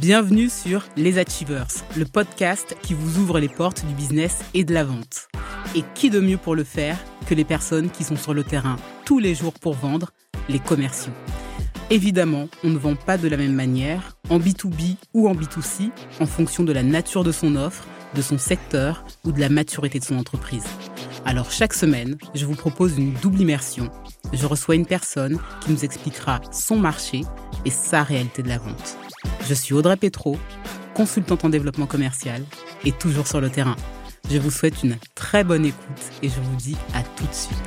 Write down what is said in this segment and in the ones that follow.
Bienvenue sur Les Achievers, le podcast qui vous ouvre les portes du business et de la vente. Et qui de mieux pour le faire que les personnes qui sont sur le terrain tous les jours pour vendre, les commerciaux. Évidemment, on ne vend pas de la même manière, en B2B ou en B2C, en fonction de la nature de son offre, de son secteur ou de la maturité de son entreprise. Alors chaque semaine, je vous propose une double immersion. Je reçois une personne qui nous expliquera son marché et sa réalité de la vente. Je suis Audrey Petro, consultante en développement commercial et toujours sur le terrain. Je vous souhaite une très bonne écoute et je vous dis à tout de suite.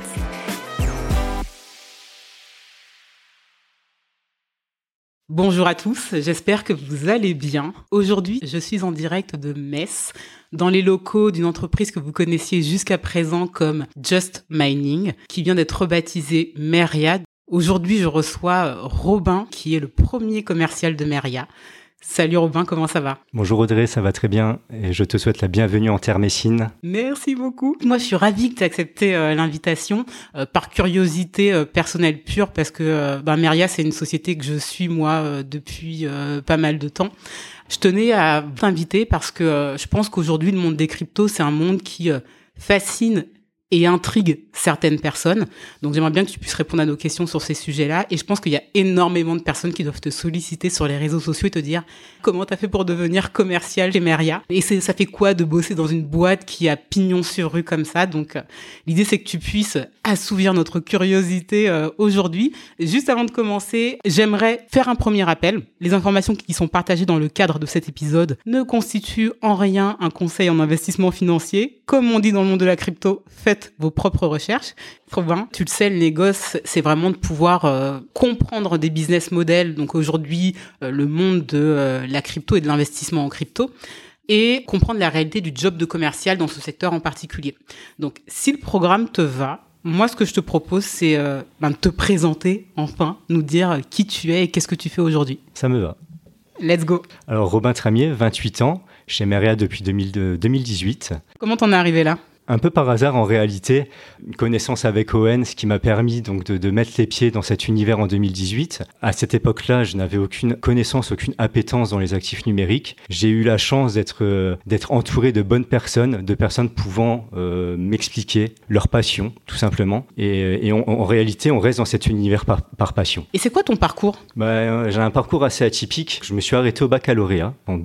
Bonjour à tous, j'espère que vous allez bien. Aujourd'hui, je suis en direct de Metz, dans les locaux d'une entreprise que vous connaissiez jusqu'à présent comme Just Mining, qui vient d'être rebaptisée Meria. Aujourd'hui, je reçois Robin, qui est le premier commercial de Meria. Salut Robin, comment ça va ? Bonjour Audrey, ça va très bien et je te souhaite la bienvenue en Terre Messine. Merci beaucoup. Moi, je suis ravie que tu aies accepté l'invitation par curiosité personnelle pure parce que Meria, c'est une société que je suis moi depuis pas mal de temps. Je tenais à t'inviter parce que je pense qu'aujourd'hui, le monde des cryptos, c'est un monde qui fascine et intrigue certaines personnes. Donc, j'aimerais bien que tu puisses répondre à nos questions sur ces sujets-là. Et je pense qu'il y a énormément de personnes qui doivent te solliciter sur les réseaux sociaux et te dire comment t'as fait pour devenir commercial chez Meria. Et ça fait quoi de bosser dans une boîte qui a pignon sur rue comme ça. Donc, l'idée, c'est que tu puisses assouvir notre curiosité aujourd'hui. Juste avant de commencer, j'aimerais faire un premier rappel. Les informations qui sont partagées dans le cadre de cet épisode ne constituent en rien un conseil en investissement financier. Comme on dit dans le monde de la crypto, faites vos propres recherches. Robin, tu le sais, le négoce, c'est vraiment de pouvoir comprendre des business models. Donc aujourd'hui, le monde de la crypto et de l'investissement en crypto et comprendre la réalité du job de commercial dans ce secteur en particulier. Donc si le programme te va, moi, ce que je te propose, c'est de te présenter, enfin, nous dire qui tu es et qu'est-ce que tu fais aujourd'hui. Ça me va. Let's go. Alors, Robin Tramier, 28 ans, chez Meria depuis 2018. Comment t'en es arrivé là ? Un peu par hasard, en réalité, une connaissance avec Owen, ce qui m'a permis donc de mettre les pieds dans cet univers en 2018. À cette époque-là, je n'avais aucune connaissance, aucune appétence dans les actifs numériques. J'ai eu la chance d'être entouré de bonnes personnes, de personnes pouvant m'expliquer leur passion, tout simplement. Et en réalité, on reste dans cet univers par passion. Et c'est quoi ton parcours ? J'ai un parcours assez atypique. Je me suis arrêté au baccalauréat en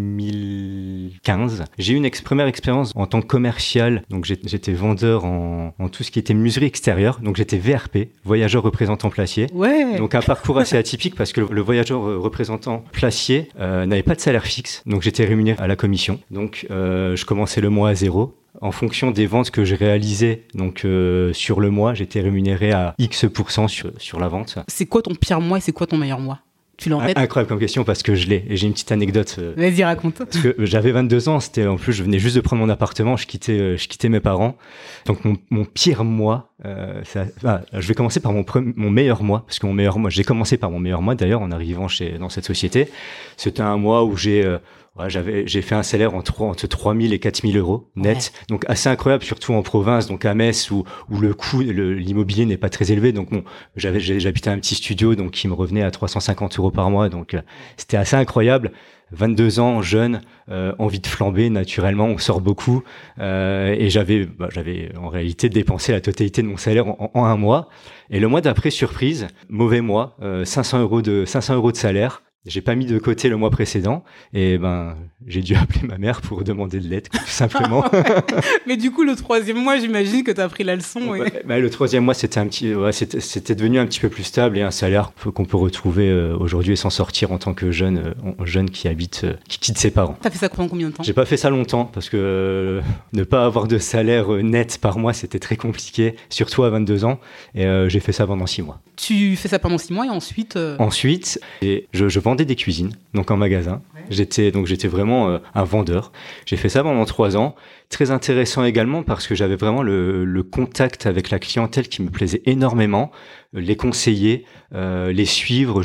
2015. J'ai eu une première expérience en tant que commercial. Donc j'étais vendeur en tout ce qui était menuiserie extérieure. Donc j'étais VRP, voyageur représentant placier. Ouais. Donc un parcours assez atypique parce que le voyageur représentant placier n'avait pas de salaire fixe. Donc j'étais rémunéré à la commission. Donc je commençais le mois à 0. En fonction des ventes que j'ai réalisées, donc sur le mois, j'étais rémunéré à X% sur la vente. C'est quoi ton pire mois et c'est quoi ton meilleur mois ? Tu l'as en tête ? Incroyable comme question parce que je l'ai. Et j'ai une petite anecdote. Vas-y, raconte. Parce que j'avais 22 ans. En plus, je venais juste de prendre mon appartement. Je quittais mes parents. Donc, mon pire mois, je vais commencer par mon meilleur mois. Parce que mon meilleur mois, j'ai commencé par mon meilleur mois d'ailleurs en arrivant dans cette société. C'était un mois où j'ai fait un salaire entre 3 000 et 4 000 euros net. Ouais. Donc, assez incroyable, surtout en province, donc à Metz, où le coût, l'immobilier n'est pas très élevé. Donc, j'habitais un petit studio, donc qui me revenait à 350 euros par mois. Donc, c'était assez incroyable. 22 ans, jeune, envie de flamber, naturellement, on sort beaucoup. Et j'avais en réalité dépensé la totalité de mon salaire en un mois. Et le mois d'après, surprise, mauvais mois, 500 euros de salaire. J'ai pas mis de côté le mois précédent et j'ai dû appeler ma mère pour demander de l'aide, tout simplement. Mais du coup, le troisième mois, j'imagine que t'as pris la leçon. Ouais. Le troisième mois, c'était devenu un petit peu plus stable et un salaire qu'on peut retrouver aujourd'hui et s'en sortir en tant que jeune qui quitte ses parents. T'as fait ça pendant combien de temps ? J'ai pas fait ça longtemps parce que ne pas avoir de salaire net par mois, c'était très compliqué, surtout à 22 ans. Et j'ai fait ça pendant 6 mois. Tu fais ça pendant 6 mois et ensuite Ensuite, je vendais des cuisines, donc en magasin. Ouais. J'étais vraiment un vendeur. J'ai fait ça pendant 3 ans. Très intéressant également parce que j'avais vraiment le contact avec la clientèle qui me plaisait énormément. Les conseiller, les suivre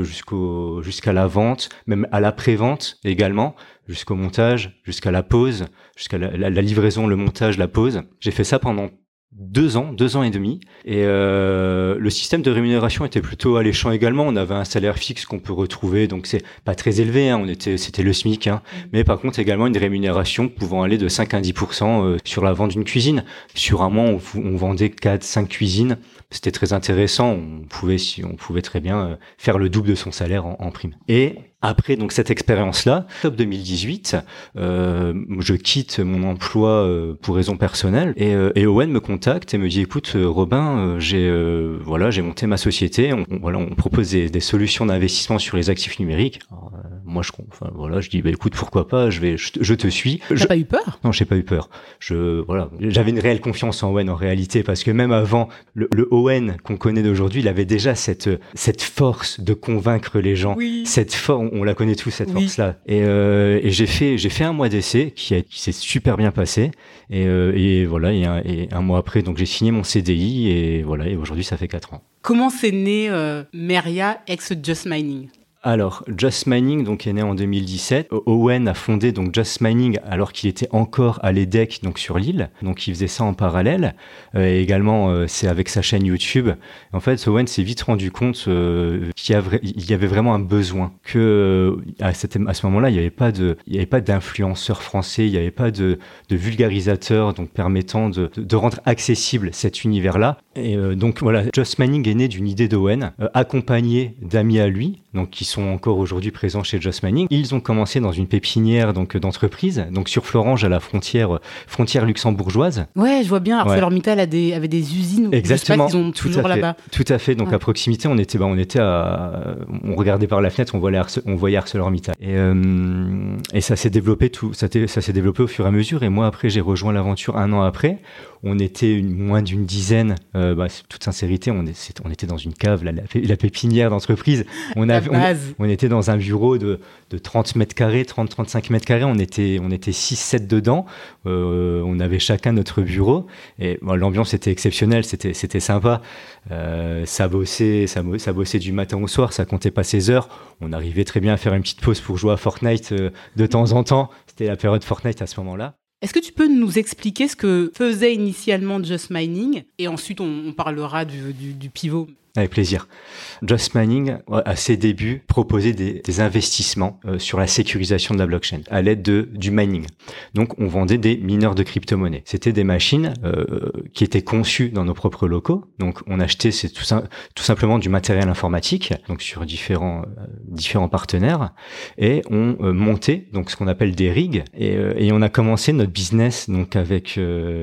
jusqu'à la vente, même à l'après-vente également, jusqu'au montage, jusqu'à la pause, jusqu'à la livraison, le montage, la pause. J'ai fait ça pendant 2 ans et demi. Et le système de rémunération était plutôt alléchant également. On avait un salaire fixe qu'on peut retrouver, donc c'est pas très élevé, hein. C'était le SMIC, hein. Mais par contre également une rémunération pouvant aller de 5 à 10% sur la vente d'une cuisine. Sur un mois, on vendait 4-5 cuisines. C'était très intéressant. On pouvait très bien faire le double de son salaire en prime. Et après donc cette expérience-là, octobre 2018, je quitte mon emploi pour raison personnelle et Owen me contacte et me dit écoute Robin, j'ai monté ma société, on propose des solutions d'investissement sur les actifs numériques. Alors, moi je dis écoute pourquoi pas, je te suis. T'as pas eu peur? Non, j'ai pas eu peur. J'avais une réelle confiance en Owen en réalité parce que même avant le Owen qu'on connaît d'aujourd'hui, il avait déjà cette force de convaincre les gens, oui. Cette force, on la connaît tous cette force-là. Et j'ai fait un mois d'essai qui s'est super bien passé. Et voilà, et un mois après, donc j'ai signé mon CDI et voilà, et aujourd'hui ça fait 4 ans. Comment c'est né Meria ex Just Mining? Alors, Just Mining donc est né en 2017. Owen a fondé donc Just Mining alors qu'il était encore à l'EDEC donc sur l'île. Donc il faisait ça en parallèle. Et également c'est avec sa chaîne YouTube. En fait, Owen s'est vite rendu compte qu'il y avait vraiment un besoin que à ce moment-là, il y avait pas d'influenceurs français, il y avait pas de vulgarisateurs donc permettant de rendre accessible cet univers-là. Et donc voilà, Just Mining est né d'une idée d'Owen, accompagné d'amis à lui, donc qui sont encore aujourd'hui présents chez Just Mining. Ils ont commencé dans une pépinière donc d'entreprise, donc sur Florange à la frontière luxembourgeoise. Ouais, je vois bien. ArcelorMittal avait des usines. Exactement. Ils ont toujours là-bas. Tout à fait. Donc à proximité, on regardait par la fenêtre, on voyait ArcelorMittal. Et ça s'est développé ça s'est développé au fur et à mesure. Et moi après, j'ai rejoint l'aventure 1 an après. On était moins d'une dizaine. Toute sincérité, on était dans une cave, la pépinière d'entreprise. On était dans un bureau de 30 mètres carrés, 30-35 mètres carrés. On était 6-7 dedans. On avait chacun notre bureau. Et l'ambiance était exceptionnelle, c'était sympa. Ça bossait du matin au soir, ça comptait pas ses heures. On arrivait très bien à faire une petite pause pour jouer à Fortnite de temps en temps. C'était la période Fortnite à ce moment-là. Est-ce que tu peux nous expliquer ce que faisait initialement Just Mining et ensuite on parlera du pivot? Avec plaisir. Just Mining, à ses débuts, proposait des investissements sur la sécurisation de la blockchain à l'aide du mining. Donc, on vendait des mineurs de crypto-monnaies. C'était des machines qui étaient conçues dans nos propres locaux. Donc, on achetait tout simplement du matériel informatique, donc sur différents partenaires, et on montait donc ce qu'on appelle des rigs. Et on a commencé notre business donc avec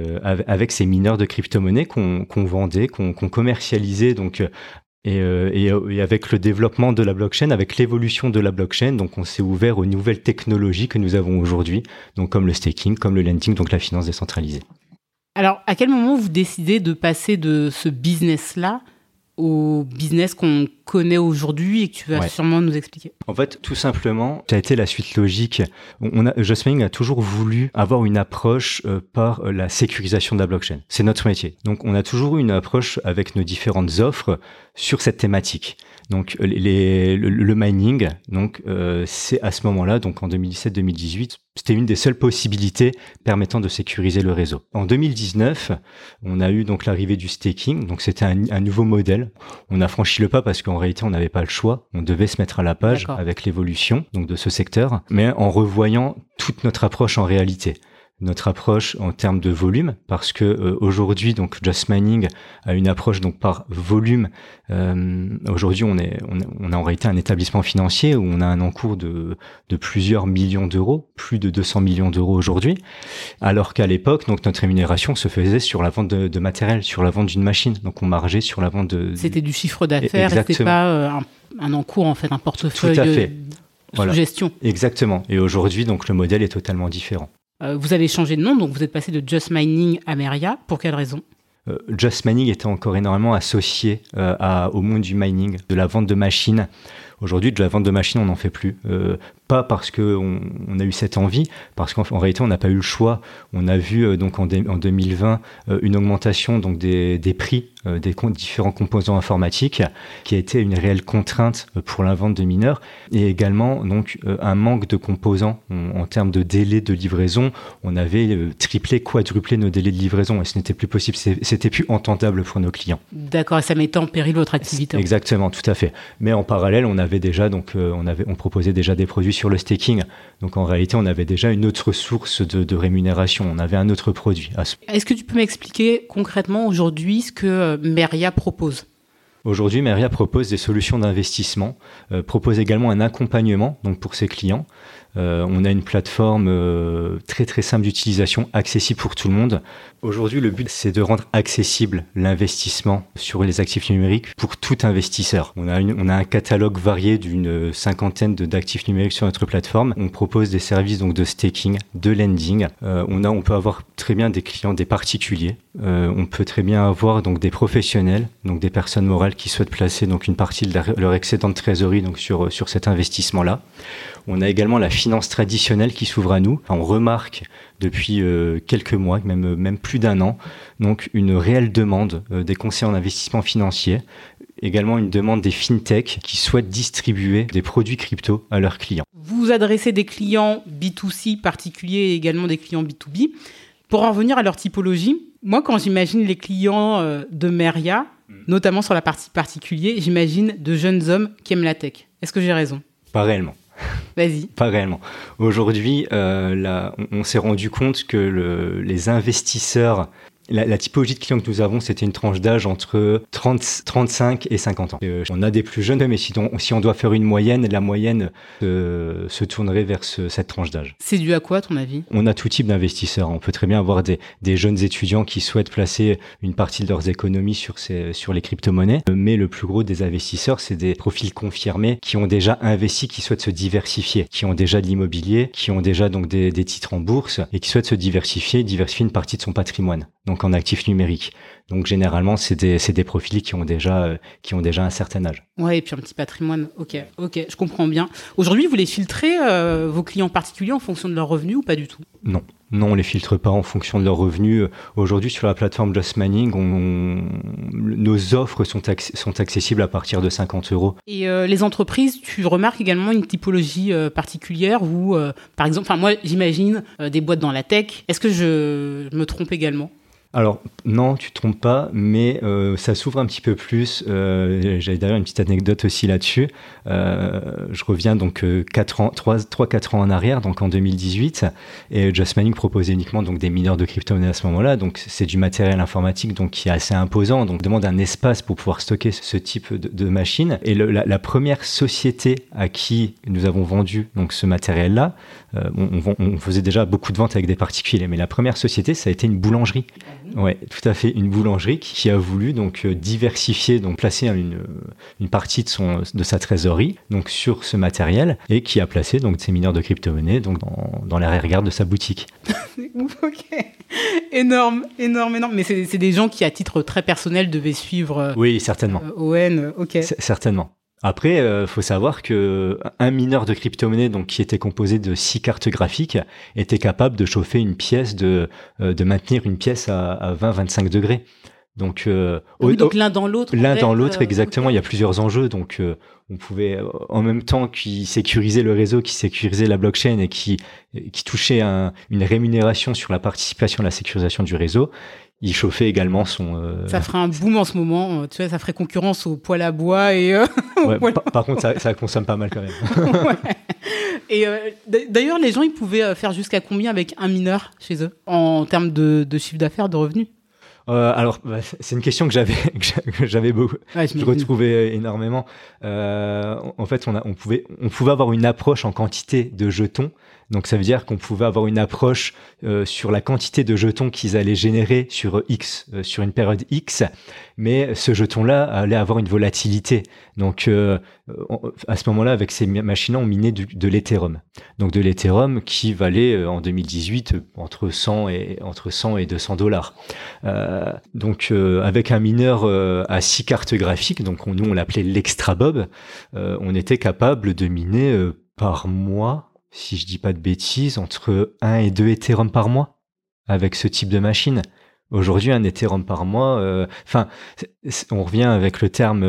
ces mineurs de crypto-monnaies qu'on vendait, qu'on commercialisait donc. Et avec le développement de la blockchain, avec l'évolution de la blockchain, donc on s'est ouvert aux nouvelles technologies que nous avons aujourd'hui, donc comme le staking, comme le lending, donc la finance décentralisée. Alors, à quel moment vous décidez de passer de ce business-là au business qu'on connaît aujourd'hui et que tu vas sûrement nous expliquer? En fait, tout simplement, ça a été la suite logique. Just Mining a toujours voulu avoir une approche par la sécurisation de la blockchain. C'est notre métier. Donc, on a toujours eu une approche avec nos différentes offres sur cette thématique. Donc, le mining, donc c'est à ce moment-là, donc en 2017-2018, c'était une des seules possibilités permettant de sécuriser le réseau. En 2019, on a eu donc l'arrivée du staking, donc c'était un nouveau modèle. On a franchi le pas parce qu'en réalité, on n'avait pas le choix. On devait se mettre à la page avec l'évolution donc de ce secteur, mais en revoyant toute notre approche en réalité. Notre approche en termes de volume, parce que aujourd'hui donc Just Mining a une approche donc par volume. Aujourd'hui on a en réalité un établissement financier où on a un encours de plusieurs millions d'euros, plus de 200 millions d'euros aujourd'hui, alors qu'à l'époque donc notre rémunération se faisait sur la vente de matériel, sur la vente d'une machine, donc on margeait sur la vente de. C'était du chiffre d'affaires, et c'était pas un encours en fait, un portefeuille. Tout à fait. Sous gestion. Exactement. Et aujourd'hui donc le modèle est totalement différent. Vous avez changé de nom, donc vous êtes passé de Just Mining à Meria. Pour quelle raison? Just Mining était encore énormément associé au monde du mining, de la vente de machines. Aujourd'hui, de la vente de machines, on n'en fait plus. pas parce qu'on a eu cette envie, parce qu'en réalité, on n'a pas eu le choix. On a vu donc en 2020 une augmentation donc des prix des différents composants informatiques qui a été une réelle contrainte pour la vente de mineurs, et également donc un manque de composants en termes de délai de livraison. On avait triplé, quadruplé nos délais de livraison et ce n'était plus possible, c'était plus entendable pour nos clients. D'accord, et ça mettait en péril votre activité. Exactement, tout à fait. Mais en parallèle, on avait déjà donc on proposait déjà des produits sur le staking. Donc en réalité, on avait déjà une autre source de rémunération. On avait un autre produit. Est-ce que tu peux m'expliquer concrètement aujourd'hui ce que Meria propose ? Aujourd'hui, Meria propose des solutions d'investissement, propose également un accompagnement donc pour ses clients. On a une plateforme très très simple d'utilisation, accessible pour tout le monde. Aujourd'hui, le but, c'est de rendre accessible l'investissement sur les actifs numériques pour tout investisseur. On a un catalogue varié d'une cinquantaine d'actifs numériques sur notre plateforme. On propose des services donc de staking, de lending. On peut avoir très bien des clients, des particuliers. On peut très bien avoir donc des professionnels, donc des personnes morales qui souhaitent placer donc une partie de leur excédent de trésorerie donc sur cet investissement-là. On a également la finance traditionnelle qui s'ouvre à nous. On remarque depuis quelques mois, même plus d'un an, donc une réelle demande des conseillers en investissement financier, également une demande des fintechs qui souhaitent distribuer des produits crypto à leurs clients. Vous adressez des clients B2C particuliers et également des clients B2B. Pour en revenir à leur typologie, moi quand j'imagine les clients de Meria, notamment sur la partie particulier, j'imagine de jeunes hommes qui aiment la tech. Est-ce que j'ai raison ? Pas réellement. Vas-y. Pas réellement. Aujourd'hui, on s'est rendu compte que les investisseurs, la typologie de clients que nous avons, c'était une tranche d'âge entre 35 et 50 ans. On a des plus jeunes, mais si on doit faire une moyenne, la moyenne se tournerait vers cette tranche d'âge. C'est dû à quoi, à ton avis ? On a tout type d'investisseurs. On peut très bien avoir des jeunes étudiants qui souhaitent placer une partie de leurs économies sur les crypto-monnaies. Mais le plus gros des investisseurs, c'est des profils confirmés qui ont déjà investi, qui souhaitent se diversifier, qui ont déjà de l'immobilier, qui ont déjà donc des titres en bourse et qui souhaitent se diversifier une partie de son patrimoine. Donc en actifs numériques. Donc généralement, c'est des profils qui ont déjà un certain âge. Ouais, et puis un petit patrimoine. Ok, je comprends bien. Aujourd'hui, vous les filtrez, vos clients particuliers, en fonction de leurs revenus ou pas du tout ? Non, on les filtre pas en fonction de leurs revenus. Aujourd'hui, sur la plateforme Just Mining, nos offres sont accessibles à partir de 50 €. Et les entreprises, tu remarques également une typologie particulière où, par exemple, moi, j'imagine des boîtes dans la tech. Est-ce que je me trompe également ? Alors, non, tu te trompes pas, mais ça s'ouvre un petit peu plus. J'avais d'ailleurs une petite anecdote aussi là-dessus. Je reviens donc 3-4 ans en arrière, donc en 2018, et Just Mining proposait uniquement donc des mineurs de crypto-monnaies à ce moment-là. Donc, c'est du matériel informatique donc, qui est assez imposant, donc demande un espace pour pouvoir stocker ce type de machine. Et la première société à qui nous avons vendu donc, ce matériel-là, on faisait déjà beaucoup de ventes avec des particuliers, mais la première société, ça a été une boulangerie. Ouais, tout à fait, une boulangerie qui a voulu donc diversifier, donc placer une partie de sa trésorerie donc sur ce matériel et qui a placé donc ses mineurs de crypto-monnaies donc dans l'arrière-garde de sa boutique. C'est ouf, ok. Énorme. Mais c'est des gens qui, à titre très personnel, devaient suivre. Oui, certainement. ON, ok. Certainement. Après, faut savoir que un mineur de crypto-monnaie, donc qui était composé de 6 cartes graphiques, était capable de chauffer une pièce, de maintenir une pièce à 20-25 degrés. Donc, donc l'un dans l'autre. Exactement. Okay. Il y a plusieurs enjeux. Donc, on pouvait, en même temps qu'il sécurisait le réseau, qui sécurisait la blockchain et qui touchait une rémunération sur la participation à la sécurisation du réseau, il chauffait également son... Ça ferait un boom en ce moment, tu vois, ça ferait concurrence au poêle à bois et... Ouais, par contre, ça consomme pas mal quand même. Ouais. Et d'ailleurs, les gens, ils pouvaient faire jusqu'à combien avec un mineur chez eux, en termes de chiffre d'affaires, de revenus ? Alors, c'est une question que j'avais beaucoup, je retrouvais énormément. En fait, on pouvait avoir une approche en quantité de jetons. Donc, ça veut dire qu'on pouvait avoir une approche sur la quantité de jetons qu'ils allaient générer sur sur une période X. Mais ce jeton-là allait avoir une volatilité. Donc, à ce moment-là, avec ces machines-là, on minait de l'Ethereum. Donc, de l'Ethereum qui valait en 2018 entre 100 et $200. Donc, avec un mineur à 6 cartes graphiques, donc nous on l'appelait l'Extra Bob, on était capable de miner par mois, si je dis pas de bêtises, entre 1 et 2 Ethereum par mois avec ce type de machine. Aujourd'hui, un Ethereum par mois, on revient avec le terme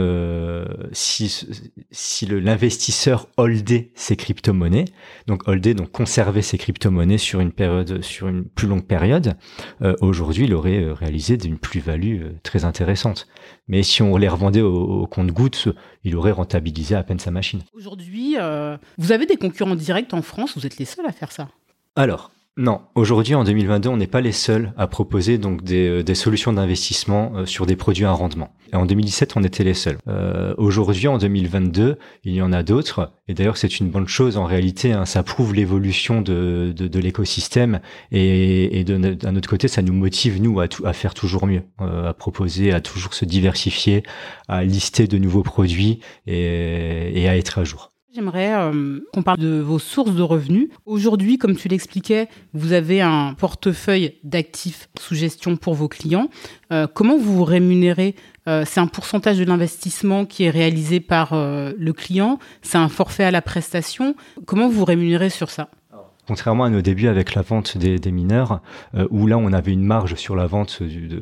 si l'investisseur holdait ses crypto-monnaies, donc conserver ses crypto-monnaies sur une plus longue période, aujourd'hui, il aurait réalisé une plus-value très intéressante. Mais si on les revendait au compte-gouttes, il aurait rentabilisé à peine sa machine. Aujourd'hui, vous avez des concurrents directs en France, vous êtes les seuls à faire ça? Alors, non, aujourd'hui en 2022, on n'est pas les seuls à proposer donc des solutions d'investissement sur des produits à rendement. Et en 2017, on était les seuls. Aujourd'hui, en 2022, il y en a d'autres. Et d'ailleurs, c'est une bonne chose en réalité. Hein, ça prouve l'évolution de l'écosystème. Et d'un autre côté, ça nous motive nous à faire toujours mieux, à proposer, à toujours se diversifier, à lister de nouveaux produits et à être à jour. J'aimerais qu'on parle de vos sources de revenus. Aujourd'hui, comme tu l'expliquais, vous avez un portefeuille d'actifs sous gestion pour vos clients. Comment vous vous rémunérez? C'est un pourcentage de l'investissement qui est réalisé par le client? C'est un forfait à la prestation? Comment vous vous rémunérez sur ça? Contrairement à nos débuts avec la vente des mineurs, où là on avait une marge sur la vente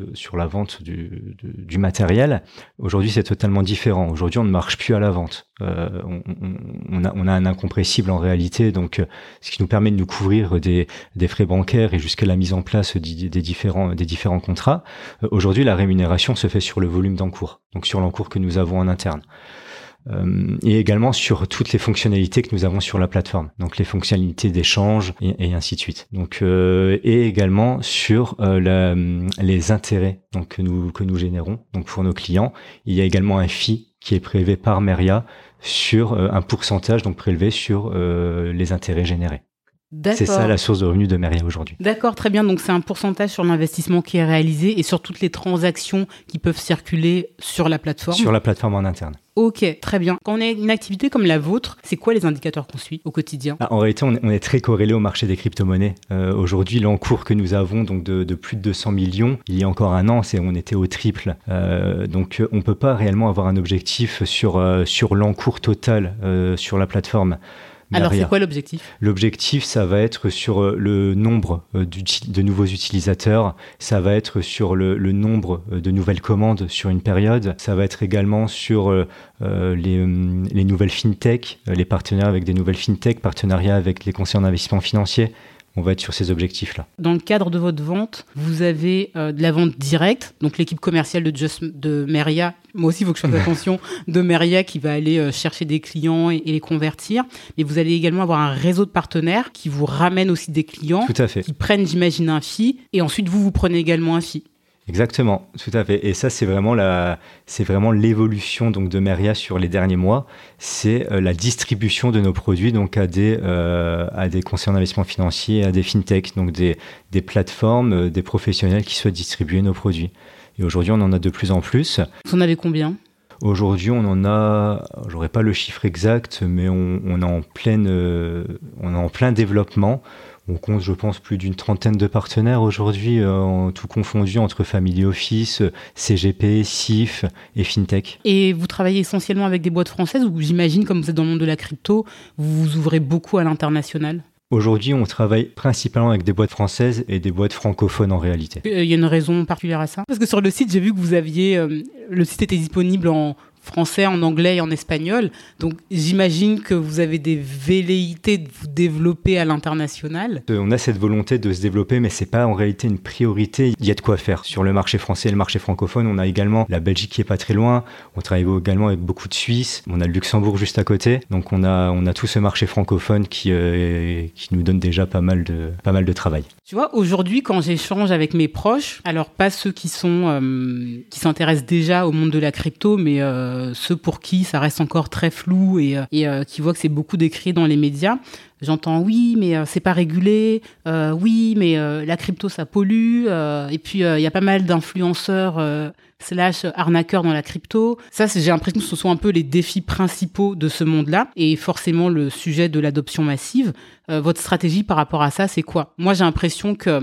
du matériel, aujourd'hui c'est totalement différent. Aujourd'hui on ne marche plus à la vente. On a un incompressible en réalité, donc ce qui nous permet de nous couvrir des frais bancaires et jusqu'à la mise en place des différents contrats. Aujourd'hui la rémunération se fait sur le volume d'encours, donc sur l'encours que nous avons en interne. Et également sur toutes les fonctionnalités que nous avons sur la plateforme, donc les fonctionnalités d'échange et ainsi de suite. Donc et également sur les intérêts donc que nous générons. Donc pour nos clients, il y a également un fee qui est prélevé par Meria sur un pourcentage donc prélevé sur les intérêts générés. D'accord. C'est ça la source de revenus de Meria aujourd'hui. D'accord, très bien. Donc c'est un pourcentage sur l'investissement qui est réalisé et sur toutes les transactions qui peuvent circuler sur la plateforme. Sur la plateforme en interne. Ok, très bien. Quand on a une activité comme la vôtre, c'est quoi les indicateurs qu'on suit au quotidien? En réalité, on est très corrélé au marché des crypto-monnaies. Aujourd'hui, l'encours que nous avons donc de plus de 200 millions, il y a encore un an, on était au triple. Donc on peut pas réellement avoir un objectif sur l'encours total sur la plateforme. Alors, c'est quoi l'objectif? L'objectif, ça va être sur le nombre de nouveaux utilisateurs, ça va être sur le nombre de nouvelles commandes sur une période, ça va être également sur les nouvelles fintech, les partenariats avec des nouvelles fintech, partenariats avec les conseillers en investissement financier. On va être sur ces objectifs-là. Dans le cadre de votre vente, vous avez de la vente directe, donc l'équipe commerciale de Meria, moi aussi il faut que je fasse attention, de Meria qui va aller chercher des clients et les convertir, mais vous allez également avoir un réseau de partenaires qui vous ramènent aussi des clients, tout à fait, qui prennent, j'imagine, un fee, et ensuite vous prenez également un fee. Exactement, tout à fait. Et ça, c'est vraiment l'évolution donc de Meria sur les derniers mois. C'est la distribution de nos produits donc à des conseillers en investissement financier, à des fintech, donc des plateformes, des professionnels qui souhaitent distribuer nos produits. Et aujourd'hui, on en a de plus en plus. Vous en avez combien ? Aujourd'hui, on en a, j'aurais pas le chiffre exact, mais on est en plein développement. On compte, je pense, plus d'une trentaine de partenaires aujourd'hui, en tout confondu entre Family Office, CGP, SIF et FinTech. Et vous travaillez essentiellement avec des boîtes françaises ou j'imagine, comme vous êtes dans le monde de la crypto, vous vous ouvrez beaucoup à l'international ? Aujourd'hui, on travaille principalement avec des boîtes françaises et des boîtes francophones en réalité. Il y a une raison particulière à ça ? Parce que sur le site, j'ai vu que vous aviez... le site était disponible en français, en anglais et en espagnol. Donc, j'imagine que vous avez des velléités de vous développer à l'international. On a cette volonté de se développer, mais c'est pas en réalité une priorité. Il y a de quoi faire sur le marché français et le marché francophone. On a également la Belgique qui est pas très loin. On travaille également avec beaucoup de Suisses. On a le Luxembourg juste à côté. Donc, on a tout ce marché francophone qui nous donne déjà pas mal de travail. Tu vois, aujourd'hui, quand j'échange avec mes proches, alors pas ceux qui s'intéressent déjà au monde de la crypto, mais ceux pour qui ça reste encore très flou et qui voient que c'est beaucoup décrit dans les médias, j'entends oui, mais c'est pas régulé, oui, mais la crypto ça pollue, et puis il y a pas mal d'influenceurs / arnaqueurs dans la crypto. Ça, j'ai l'impression que ce sont un peu les défis principaux de ce monde-là, et forcément le sujet de l'adoption massive. Votre stratégie par rapport à ça, c'est quoi ? Moi, j'ai l'impression que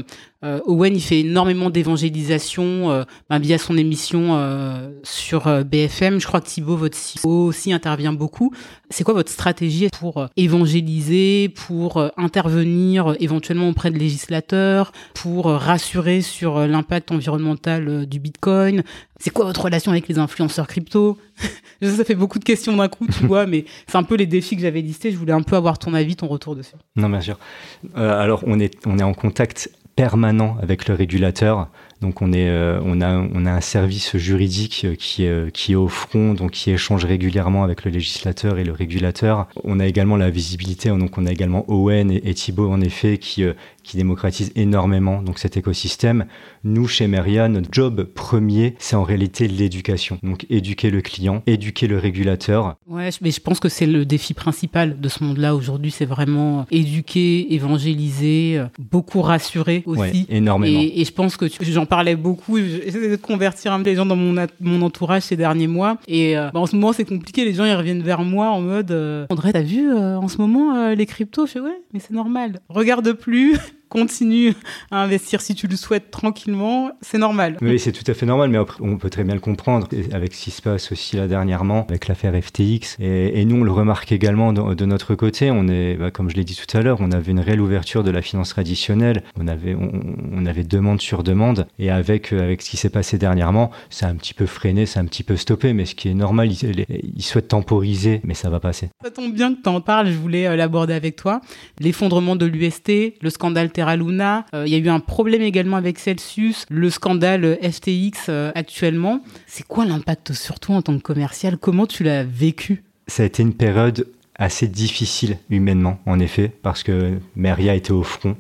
Owen, il fait énormément d'évangélisation via son émission sur BFM. Je crois que Thibaut, votre CEO, aussi intervient beaucoup. C'est quoi votre stratégie pour évangéliser, pour intervenir éventuellement auprès de législateurs, pour rassurer sur l'impact environnemental du Bitcoin? C'est quoi votre relation avec les influenceurs crypto? Je sais, ça fait beaucoup de questions d'un coup, tu vois, mais c'est un peu les défis que j'avais listés. Je voulais un peu avoir ton avis, ton retour dessus. Non, bien sûr. Alors, on est en contact permanent avec le régulateur. Donc on a un service juridique qui est au front, donc qui échange régulièrement avec le législateur et le régulateur. On a également la visibilité, donc on a également Owen et Thibaut en effet qui démocratisent énormément donc cet écosystème. Nous chez Meria, notre job premier, c'est en réalité l'éducation. Donc éduquer le client, éduquer le régulateur. Ouais, mais je pense que c'est le défi principal de ce monde-là aujourd'hui, c'est vraiment éduquer, évangéliser, beaucoup rassurer aussi. Ouais, énormément. Et je pense que j'en parlais beaucoup, j'essaie de convertir un peu les gens dans mon entourage ces derniers mois. Et en ce moment, c'est compliqué, les gens ils reviennent vers moi en mode André, t'as vu en ce moment les cryptos? Je fais ouais, mais c'est normal. Regarde plus. Continue à investir si tu le souhaites tranquillement, c'est normal. Oui, c'est tout à fait normal, mais après, on peut très bien le comprendre avec ce qui se passe aussi là dernièrement, avec l'affaire FTX. Et nous, on le remarque également de notre côté. On est, comme je l'ai dit tout à l'heure, on avait une réelle ouverture de la finance traditionnelle. On avait demande sur demande. Et avec ce qui s'est passé dernièrement, ça a un petit peu freiné, ça a un petit peu stoppé, mais ce qui est normal, ils souhaitent temporiser, mais ça va passer. Ça tombe bien que tu en parles, je voulais l'aborder avec toi. L'effondrement de l'UST, le scandale Terra Luna, il y a eu un problème également avec Celsius, le scandale FTX actuellement. C'est quoi l'impact sur toi en tant que commercial? Comment tu l'as vécu? Ça a été une période assez difficile humainement, en effet, parce que Meria était au front.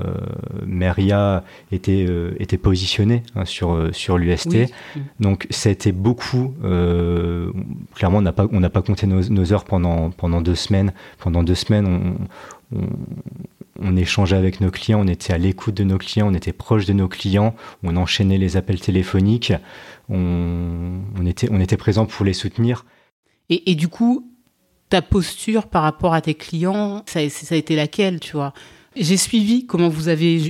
Meria était positionné sur l'UST. Oui. Donc ça a été beaucoup. Clairement, on n'a pas compté nos heures pendant 2 semaines. Pendant 2 semaines, on échangeait avec nos clients, on était à l'écoute de nos clients, on était proche de nos clients, on enchaînait les appels téléphoniques, on était présent pour les soutenir. Et du coup, ta posture par rapport à tes clients, ça a été laquelle, tu vois? J'ai suivi comment vous aviez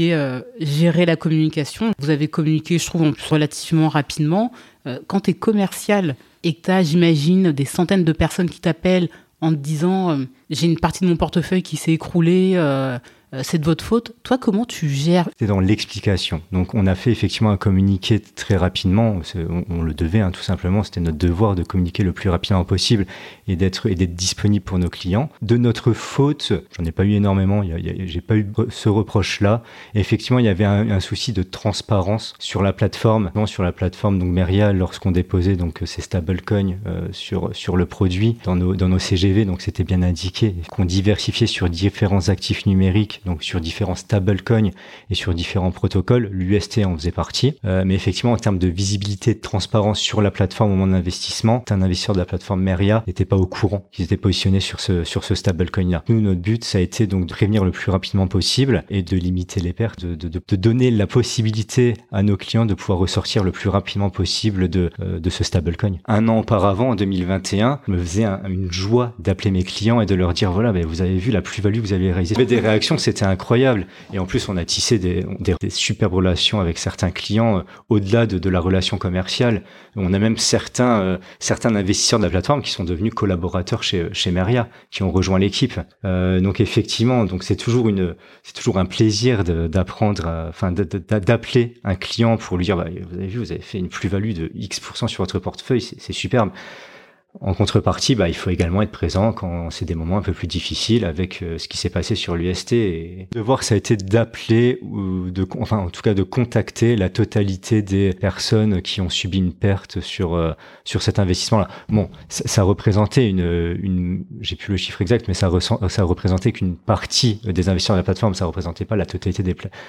géré la communication. Vous avez communiqué, je trouve, relativement rapidement. Quand tu es commercial et que tu as, j'imagine, des centaines de personnes qui t'appellent en te disant j'ai une partie de mon portefeuille qui s'est écroulée, c'est de votre faute. Toi, comment tu gères? C'est dans l'explication. Donc, on a fait effectivement un communiqué très rapidement. On le devait, tout simplement. C'était notre devoir de communiquer le plus rapidement possible et d'être disponible pour nos clients. De notre faute, j'en ai pas eu énormément. J'ai pas eu ce reproche-là. Et effectivement, il y avait un souci de transparence sur la plateforme. Sur la plateforme, donc Meria, lorsqu'on déposait donc ces stablecoins sur le produit dans nos CGV, donc c'était bien indiqué qu'on diversifiait sur différents actifs numériques. Donc sur différents stablecoins et sur différents protocoles, l'UST en faisait partie. Mais effectivement, en termes de visibilité, de transparence sur la plateforme au moment de l'investissement, un investisseur de la plateforme Meria n'était pas au courant qu'ils étaient positionnés sur ce stablecoin-là. Nous, notre but, ça a été donc de prévenir le plus rapidement possible et de limiter les pertes, de donner la possibilité à nos clients de pouvoir ressortir le plus rapidement possible de ce stablecoin. 1 an auparavant, en 2021, je me faisais une joie d'appeler mes clients et de leur dire voilà, vous avez vu la plus-value que vous avez réalisée. Des réactions, c'était incroyable. Et en plus, on a tissé des superbes relations avec certains clients au-delà de la relation commerciale. On a même certains investisseurs de la plateforme qui sont devenus collaborateurs chez Meria, qui ont rejoint l'équipe. Donc effectivement, c'est toujours un plaisir d'apprendre, d'appeler un client pour lui dire vous avez vu, vous avez fait une plus-value de X% sur votre portefeuille, c'est superbe. En contrepartie, il faut également être présent quand c'est des moments un peu plus difficiles avec ce qui s'est passé sur l'UST. Et de voir que ça a été d'appeler ou en tout cas de contacter la totalité des personnes qui ont subi une perte sur cet investissement-là. Bon, ça représentait j'ai plus le chiffre exact, mais ça représentait qu'une partie des investisseurs de la plateforme, ça représentait pas la totalité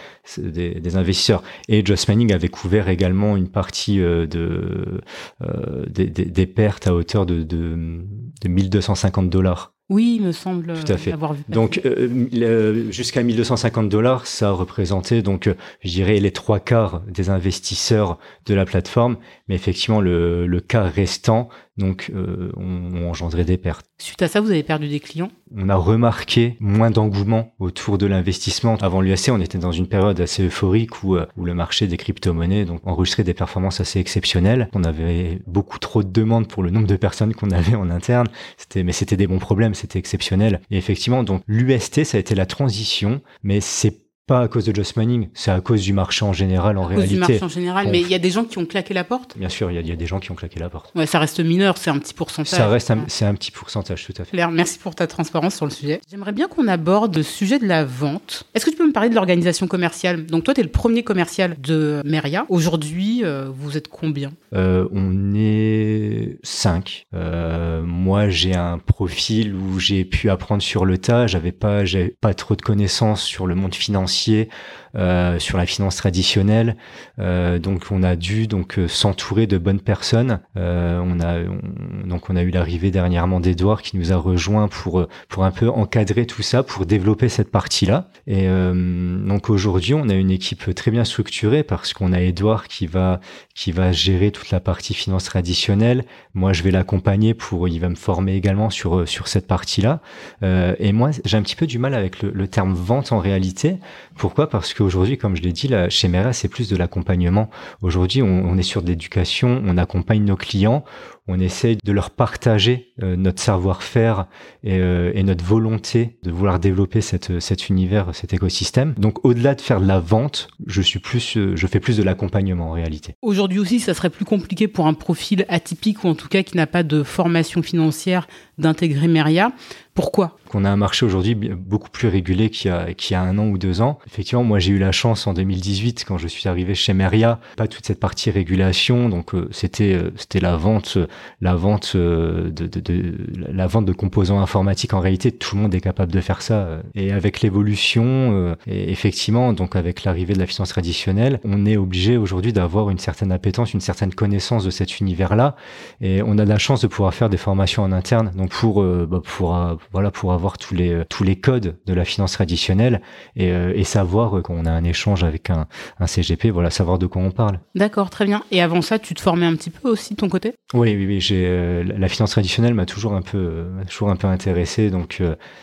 des investisseurs. Et Just Mining avait couvert également une partie des pertes à hauteur de $1 250. Oui, il me semble tout à fait. Avoir vu. Donc, jusqu'à $1 250, ça représentait donc, je dirais, les 3/4 des investisseurs de la plateforme. Mais effectivement, le quart restant, donc ont engendré des pertes. Suite à ça, vous avez perdu des clients ? On a remarqué moins d'engouement autour de l'investissement. Avant l'UAC, on était dans une période assez euphorique où le marché des crypto-monnaies donc enregistrait des performances assez exceptionnelles. On avait beaucoup trop de demandes pour le nombre de personnes qu'on avait en interne. Mais c'était des bons problèmes, c'était exceptionnel. Et effectivement, donc l'UST, ça a été la transition, mais c'est pas à cause de Just Mining, c'est à cause du marché en général, en réalité. À cause du marché en général, mais il y a des gens qui ont claqué la porte ? Bien sûr, il y a des gens qui ont claqué la porte. Ouais, ça reste mineur, c'est un petit pourcentage. C'est un petit pourcentage, tout à fait. Claire, merci pour ta transparence sur le sujet. J'aimerais bien qu'on aborde le sujet de la vente. Est-ce que tu peux me parler de l'organisation commerciale ? Donc toi, tu es le premier commercial de Meria. Aujourd'hui, vous êtes combien ? On est 5. Moi, j'ai un profil où j'ai pu apprendre sur le tas. J'avais pas trop de connaissances sur le monde financier, sur la finance traditionnelle, donc on a dû s'entourer de bonnes personnes. On a eu l'arrivée dernièrement d'Edouard qui nous a rejoint pour un peu encadrer tout ça, pour développer cette partie-là. Et donc aujourd'hui, on a une équipe très bien structurée parce qu'on a Edouard qui va gérer toute la partie finance traditionnelle. Moi, je vais l'accompagner il va me former également sur cette partie-là. Et moi, j'ai un petit peu du mal avec le terme vente en réalité. Pourquoi ? Parce qu'aujourd'hui, comme je l'ai dit, là, chez Meria, c'est plus de l'accompagnement. Aujourd'hui, on est sur de l'éducation, on accompagne nos clients, on essaye de leur partager notre savoir-faire et notre volonté de vouloir développer cet univers, cet écosystème. Donc, au-delà de faire de la vente, je fais plus de l'accompagnement en réalité. Aujourd'hui aussi, ça serait plus compliqué pour un profil atypique ou en tout cas qui n'a pas de formation financière d'intégrer Meria. Pourquoi ? Qu'on a un marché aujourd'hui beaucoup plus régulé qu'il y a 1 an ou 2 ans. Effectivement, moi j'ai eu la chance en 2018 quand je suis arrivé chez Meria, pas toute cette partie régulation, donc c'était la vente de composants informatiques. En réalité, tout le monde est capable de faire ça. Et avec l'évolution, et effectivement, donc avec l'arrivée de la finance traditionnelle, on est obligé aujourd'hui d'avoir une certaine appétence, une certaine connaissance de cet univers-là. Et on a de la chance de pouvoir faire des formations en interne, donc pour avoir tous les codes de la finance traditionnelle et savoir qu'on a un échange avec un CGP, savoir de quoi on parle. D'accord, très bien. Et avant ça, tu te formais un petit peu aussi de ton côté ? Oui. La finance traditionnelle m'a toujours un peu intéressé, donc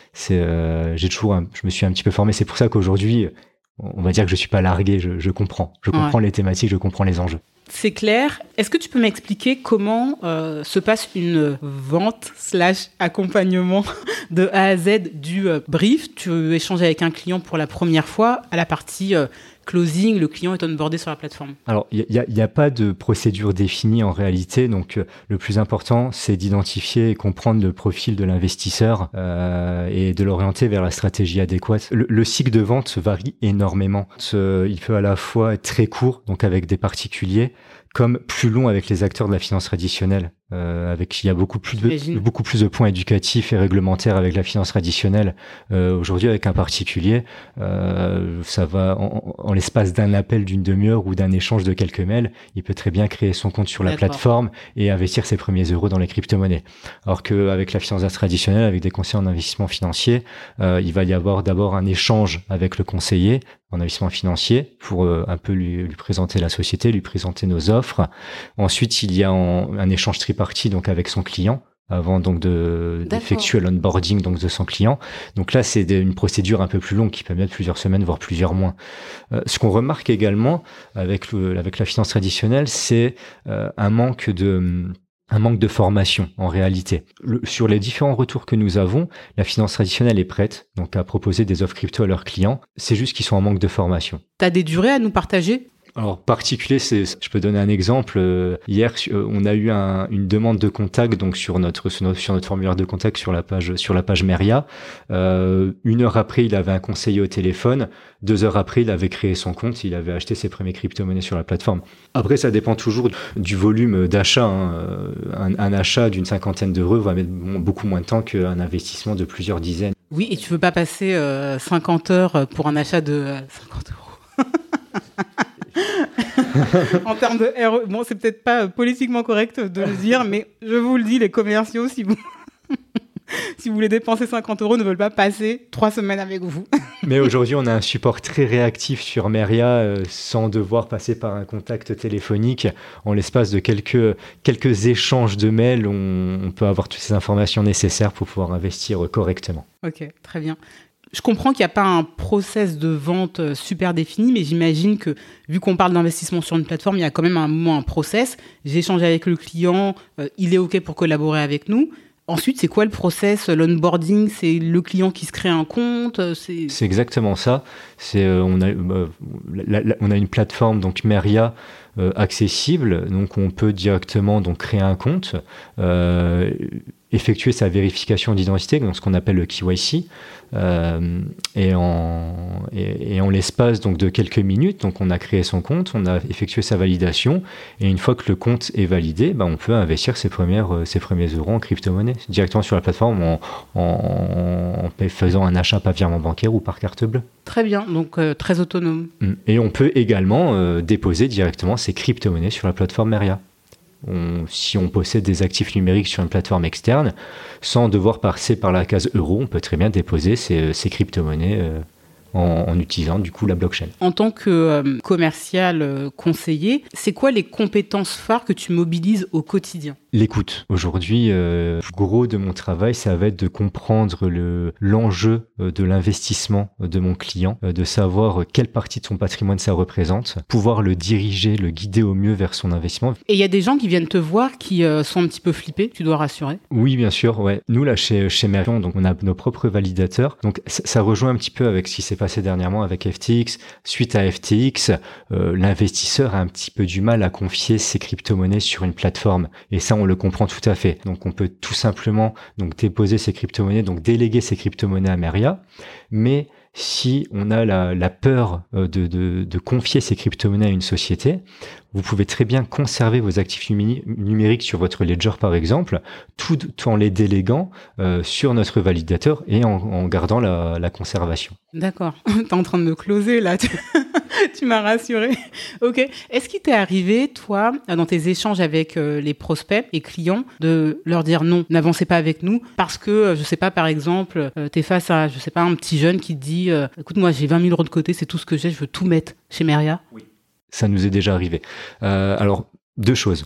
je me suis un petit peu formé. C'est pour ça qu'aujourd'hui, on va dire que je suis pas largué. Je comprends les thématiques, je comprends les enjeux. C'est clair. Est-ce que tu peux m'expliquer comment se passe une vente / accompagnement de A à Z du brief ? Tu échanges avec un client pour la première fois à la partie closing, le client est onboardé sur la plateforme. Alors, il y a pas de procédure définie en réalité. Donc, le plus important, c'est d'identifier et comprendre le profil de l'investisseur et de l'orienter vers la stratégie adéquate. Le cycle de vente varie énormément. Il peut à la fois être très court, donc avec des particuliers, comme plus long avec les acteurs de la finance traditionnelle. Il y a beaucoup plus de points éducatifs et réglementaires avec la finance traditionnelle. Aujourd'hui, avec un particulier, ça va en l'espace d'un appel d'une demi-heure ou d'un échange de quelques mails, il peut très bien créer son compte sur la plateforme et investir ses premiers euros dans les crypto-monnaies. Alors qu'avec la finance traditionnelle, avec des conseillers en investissement financier, il va y avoir d'abord un échange avec le conseiller en investissement financier pour un peu lui présenter la société, lui présenter nos offres. Ensuite, il y a un échange tripartite donc avec son client avant donc d'effectuer l'onboarding donc de son client. Donc là, c'est une procédure un peu plus longue qui peut mettre plusieurs semaines voire plusieurs mois. Ce qu'on remarque également avec la finance traditionnelle, c'est un manque de formation en réalité. Sur les différents retours que nous avons, la finance traditionnelle est prête donc à proposer des offres crypto à leurs clients. C'est juste qu'ils sont en manque de formation. Tu as des durées à nous partager ? Alors, particulier, je peux donner un exemple. Hier, on a eu une demande de contact donc sur notre formulaire de contact sur la page Meria. 1 heure après, il avait un conseiller au téléphone. 2 heures après, il avait créé son compte. Il avait acheté ses premiers crypto-monnaies sur la plateforme. Après, ça dépend toujours du volume d'achat. Un achat d'une 50aine d'euros va mettre beaucoup moins de temps qu'un investissement de plusieurs dizaines. Oui, et tu veux pas passer 50 heures pour un achat de 50 euros. En termes de RE, bon, c'est peut-être pas politiquement correct de le dire, mais je vous le dis, les commerciaux, si vous si vous voulez dépenser 50 €, ne veulent pas passer 3 semaines avec vous. Mais aujourd'hui, on a un support très réactif sur Meria, sans devoir passer par un contact téléphonique. En l'espace de quelques échanges de mails, on peut avoir toutes ces informations nécessaires pour pouvoir investir correctement. Ok, très bien. Je comprends qu'il n'y a pas un process de vente super défini, mais j'imagine que, vu qu'on parle d'investissement sur une plateforme, il y a quand même un process. J'ai échangé avec le client, il est OK pour collaborer avec nous. Ensuite, c'est quoi le process, l'onboarding? C'est le client qui se crée un compte? C'est exactement ça. On a une plateforme, donc Meria, accessible. Donc, on peut directement créer un compte, effectuer sa vérification d'identité, donc ce qu'on appelle le KYC, et en l'espace de quelques minutes, donc on a créé son compte, on a effectué sa validation, et une fois que le compte est validé, on peut investir ses premiers euros en crypto-monnaie directement sur la plateforme en faisant un achat par virement bancaire ou par carte bleue. Très bien, donc très autonome. Et on peut également déposer directement ses crypto-monnaies sur la plateforme Meria. Si on possède des actifs numériques sur une plateforme externe, sans devoir passer par la case euro, on peut très bien déposer ces crypto-monnaies en utilisant du coup la blockchain. En tant que commercial conseiller, c'est quoi les compétences phares que tu mobilises au quotidien? L'écoute. Aujourd'hui, le gros de mon travail, ça va être de comprendre l'enjeu de l'investissement de mon client, de savoir quelle partie de son patrimoine ça représente, pouvoir le diriger, le guider au mieux vers son investissement. Et il y a des gens qui viennent te voir qui sont un petit peu flippés, tu dois rassurer. Oui, bien sûr, ouais. Nous, là, chez Merion, donc on a nos propres validateurs. Donc, ça rejoint un petit peu avec ce qui s'est passé dernièrement avec FTX. Suite à FTX, l'investisseur a un petit peu du mal à confier ses crypto-monnaies sur une plateforme. Et ça, on le comprend tout à fait. Donc, on peut tout simplement déposer ses crypto-monnaies, donc déléguer ses crypto-monnaies à Meria. Mais si on a la peur de confier ses crypto-monnaies à une société, vous pouvez très bien conserver vos actifs numériques sur votre ledger, par exemple, tout en les déléguant sur notre validateur et en gardant la conservation. D'accord. T'es en train de me closer, là. Tu m'as rassuré. Ok. Est-ce qu'il t'est arrivé, toi, dans tes échanges avec les prospects et clients, de leur dire non, n'avancez pas avec nous parce que, je sais pas, par exemple, t'es face à, je sais pas, un petit jeune qui te dit, écoute, moi, j'ai 20 000 € de côté, c'est tout ce que j'ai, je veux tout mettre chez Meria. Oui. Ça nous est déjà arrivé. Alors, deux choses.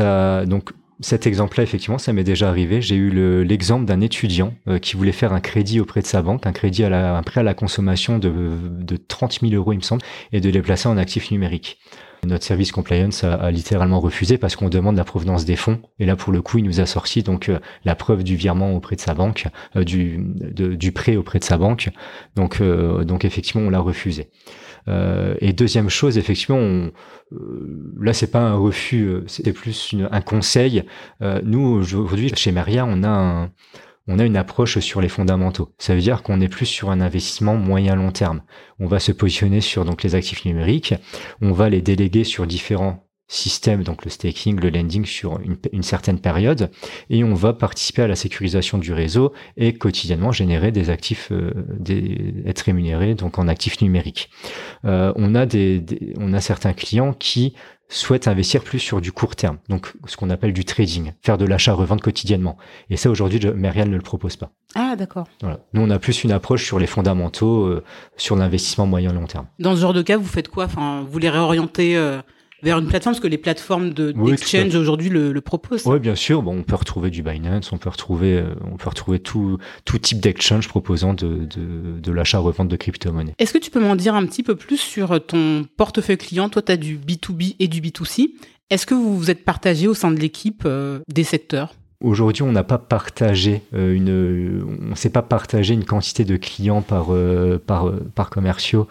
Cet exemple-là, effectivement, ça m'est déjà arrivé. J'ai eu l'exemple d'un étudiant qui voulait faire un crédit auprès de sa banque, un prêt à la consommation de 30 000 €, il me semble, et de les placer en actifs numériques. Notre service compliance a littéralement refusé parce qu'on demande la provenance des fonds. Et là, pour le coup, il nous a sorti la preuve du virement auprès de sa banque, du prêt auprès de sa banque. Donc effectivement, on l'a refusé. Et deuxième chose, effectivement, là c'est pas un refus, c'est plus un conseil. Nous aujourd'hui chez Meria, on a une approche sur les fondamentaux. Ça veut dire qu'on est plus sur un investissement moyen-long terme. On va se positionner sur les actifs numériques, on va les déléguer sur différents système, donc le staking, le lending sur une certaine période, et on va participer à la sécurisation du réseau et quotidiennement générer des actifs, être rémunérés donc en actifs numériques. On a certains clients qui souhaitent investir plus sur du court terme, donc ce qu'on appelle du trading, faire de l'achat-revente quotidiennement. Et ça, aujourd'hui, Meria ne le propose pas. Ah, d'accord. Voilà. Nous, on a plus une approche sur les fondamentaux, sur l'investissement moyen-long terme. Dans ce genre de cas, vous faites quoi? Enfin, vous les réorientez vers une plateforme, parce que les plateformes d'exchange aujourd'hui le proposent. Oui, bien sûr. Bon, on peut retrouver du Binance, on peut retrouver tout type d'exchange proposant de l'achat-revente de crypto-monnaies. Est-ce que tu peux m'en dire un petit peu plus sur ton portefeuille client? Toi, tu as du B2B et du B2C. Est-ce que vous vous êtes partagé au sein de l'équipe des secteurs? Aujourd'hui, on n'a pas partagé on s'est pas partagé une quantité de clients par commerciaux.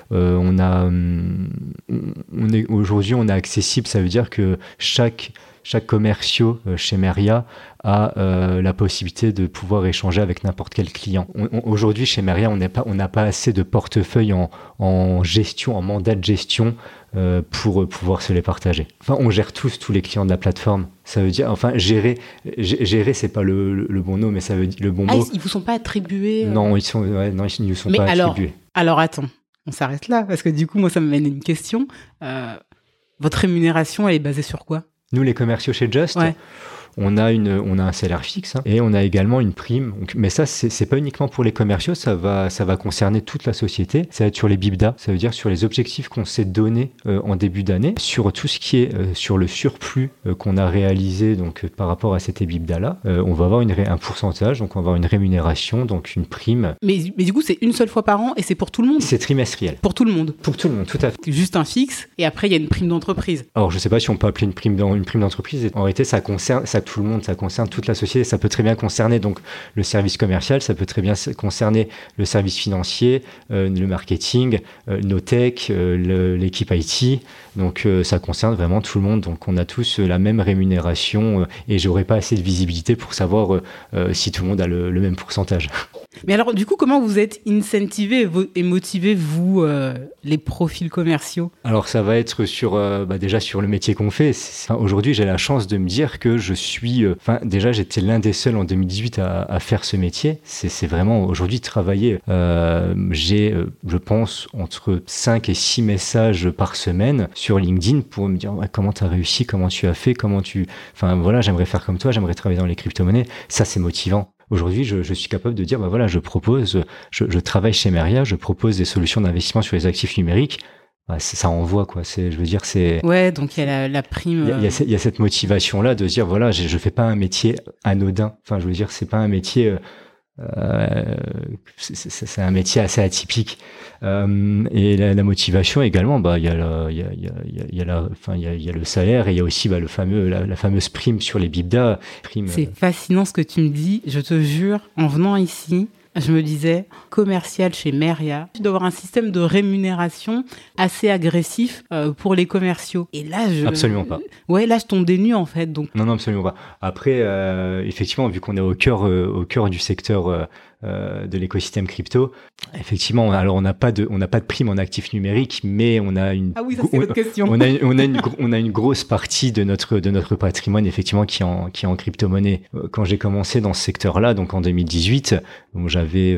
Aujourd'hui, on est accessible. Ça veut dire que chaque commerciaux chez Meria a la possibilité de pouvoir échanger avec n'importe quel client. Aujourd'hui, chez Meria, on n'a pas assez de portefeuille en gestion, en mandat de gestion pour pouvoir se les partager. Enfin, on gère tous les clients de la plateforme. Ça veut dire, enfin, gérer, c'est pas le bon mot, mais ça veut dire le bon mot. Ils vous sont pas attribués Non, ils nous sont pas attribués. Alors attends, on s'arrête là parce que du coup, moi, ça me mène à une question. Votre rémunération, elle est basée sur quoi? Nous, les commerciaux chez Just, on a un salaire fixe, hein, et on a également une prime. Donc, mais ça, c'est pas uniquement pour les commerciaux, ça va concerner toute la société. Ça va être sur les BIBDA, ça veut dire sur les objectifs qu'on s'est donnés en début d'année, sur tout ce qui est sur le surplus qu'on a réalisé donc par rapport à cet EBITDA-là. On va avoir un pourcentage, donc on va avoir une rémunération, donc une prime. Mais du coup, c'est une seule fois par an et c'est pour tout le monde? C'est trimestriel. Pour tout le monde? Pour tout le monde, tout à fait. C'est juste un fixe et après, il y a une prime d'entreprise. Alors, je sais pas si on peut appeler une prime d'entreprise. En réalité, ça concerne tout le monde, ça concerne toute la société. Ça peut très bien concerner donc le service commercial, ça peut très bien concerner le service financier, le marketing, nos tech, l'équipe IT. Donc, ça concerne vraiment tout le monde. Donc, on a tous la même rémunération et j'aurais pas assez de visibilité pour savoir si tout le monde a le même pourcentage. Mais alors, du coup, comment vous êtes incentivé et motivé, vous, les profils commerciaux? Alors, ça va être déjà sur le métier qu'on fait. Aujourd'hui, j'ai la chance de me dire que je suis... déjà, j'étais l'un des seuls en 2018 à faire ce métier. C'est vraiment, aujourd'hui, travailler. J'ai, je pense, entre 5 et 6 messages par semaine sur LinkedIn pour me dire comment tu as réussi, comment tu as fait, j'aimerais faire comme toi, j'aimerais travailler dans les crypto-monnaies. Ça, c'est motivant. Aujourd'hui, je suis capable de dire, je travaille chez Meria, je propose des solutions d'investissement sur les actifs numériques. Ça envoie, quoi. Ouais, donc il y a la prime. Il y a cette motivation-là de dire, je fais pas un métier anodin. Enfin, je veux dire, c'est pas un métier, c'est un métier assez atypique. Et la motivation également, il y a le salaire et il y a aussi la fameuse prime sur les BIBDA. C'est fascinant ce que tu me dis. Je te jure, en venant ici, je me disais, commercial chez Meria, tu dois avoir un système de rémunération assez agressif pour les commerciaux. Et là, absolument pas. Ouais, là, je tombe des nues, en fait. Donc... Non, absolument pas. Après, effectivement, vu qu'on est au cœur du secteur de l'écosystème crypto, effectivement, alors on n'a pas de prime en actifs numériques, mais on a une... Ah oui, ça c'est votre question. On a une grosse partie de notre patrimoine, effectivement, qui est en crypto-monnaie. Quand j'ai commencé dans ce secteur-là, donc en 2018, donc j'avais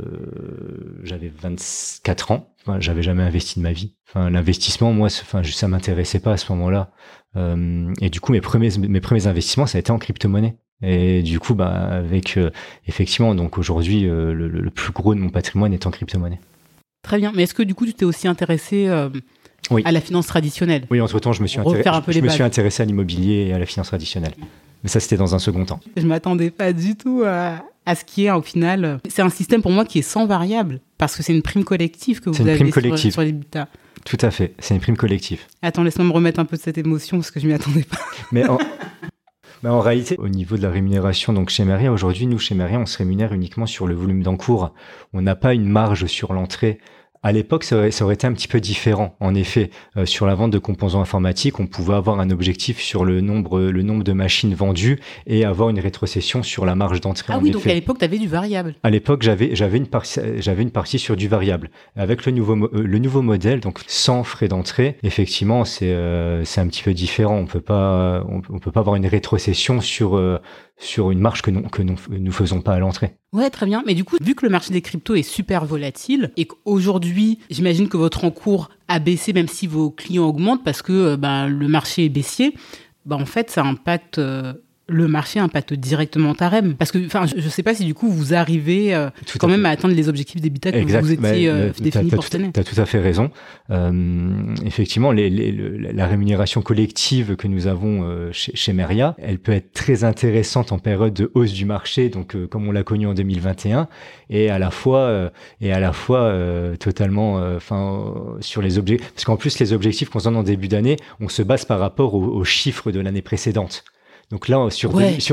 24 ans. J'avais jamais investi de ma vie. L'investissement, moi, ça m'intéressait pas à ce moment-là. Et du coup, mes premiers investissements, ça a été en crypto-monnaie. Et du coup, avec effectivement, donc aujourd'hui, le plus gros de mon patrimoine est en crypto-monnaie. Très bien. Mais est-ce que du coup, tu t'es aussi intéressé à la finance traditionnelle? Oui, entre-temps, je me suis intéressé à l'immobilier et à la finance traditionnelle. Mais ça, c'était dans un second temps. Je m'attendais pas du tout à ce qui est au final. C'est un système pour moi qui est sans variable, parce que c'est une prime collective que vous avez sur les BIBDA. Tout à fait, c'est une prime collective. Attends, laisse-moi me remettre un peu de cette émotion, parce que je m'y attendais pas. Mais en réalité, au niveau de la rémunération, donc chez Meria, aujourd'hui, nous, chez Meria, on se rémunère uniquement sur le volume d'encours. On n'a pas une marge sur l'entrée. À l'époque, ça aurait été un petit peu différent. En effet, sur la vente de composants informatiques, on pouvait avoir un objectif sur le nombre de machines vendues et avoir une rétrocession sur la marge d'entrée. Ah oui, donc à l'époque, tu avais du variable. À l'époque, j'avais une partie sur du variable. Avec le nouveau modèle, donc sans frais d'entrée, effectivement, c'est un petit peu différent. On peut pas avoir une rétrocession sur une marge que nous faisons pas à l'entrée. Ouais, très bien. Mais du coup, vu que le marché des cryptos est super volatile et qu'aujourd'hui, j'imagine que votre encours a baissé même si vos clients augmentent parce que le marché est baissier, en fait, ça impacte... le marché impacte directement ta REM. Parce que, je ne sais pas si du coup vous arrivez à atteindre les objectifs d'EBITDA que vous étiez définis pour cette année. Tu as tout à fait raison. Effectivement, la rémunération collective que nous avons chez Meria, elle peut être très intéressante en période de hausse du marché, donc comme on l'a connu en 2021, et à la fois totalement sur les objectifs. Parce qu'en plus, les objectifs qu'on se donne en début d'année, on se base par rapport aux chiffres de l'année précédente. Donc là, sur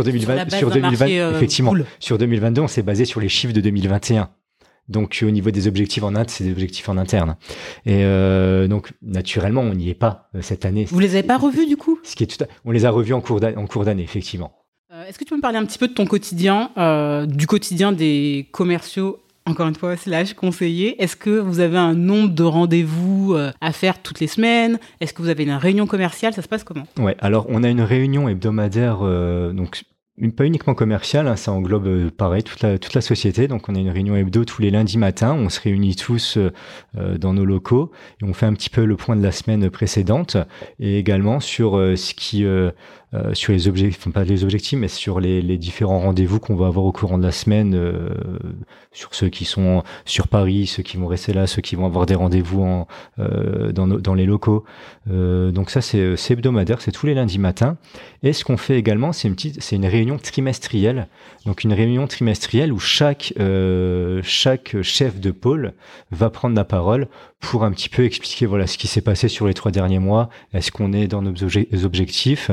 2022, on s'est basé sur les chiffres de 2021. Donc au niveau des objectifs en Inde, c'est des objectifs en interne. Et donc naturellement, on n'y est pas cette année. Vous les avez pas revus du coup ? On les a revus en cours d'année, effectivement. Est-ce que tu peux me parler un petit peu de ton quotidien, du quotidien des commerciaux ? Encore une fois, / conseiller. Est-ce que vous avez un nombre de rendez-vous à faire toutes les semaines ? Est-ce que vous avez une réunion commerciale ? Ça se passe comment ? Ouais, alors on a une réunion hebdomadaire, donc pas uniquement commerciale, ça englobe pareil toute la société. Donc on a une réunion hebdo tous les lundis matins. On se réunit tous dans nos locaux et on fait un petit peu le point de la semaine précédente et également sur ce qui sur les objectifs, enfin pas les objectifs, mais sur les différents rendez-vous qu'on va avoir au courant de la semaine, sur ceux qui sont sur Paris, ceux qui vont rester là, ceux qui vont avoir des rendez-vous dans les locaux. Donc ça, c'est hebdomadaire, c'est tous les lundis matins. Et ce qu'on fait également, c'est une réunion trimestrielle. Donc une réunion trimestrielle où chaque chef de pôle va prendre la parole pour un petit peu expliquer voilà ce qui s'est passé sur les 3 derniers mois, est-ce qu'on est dans nos objectifs,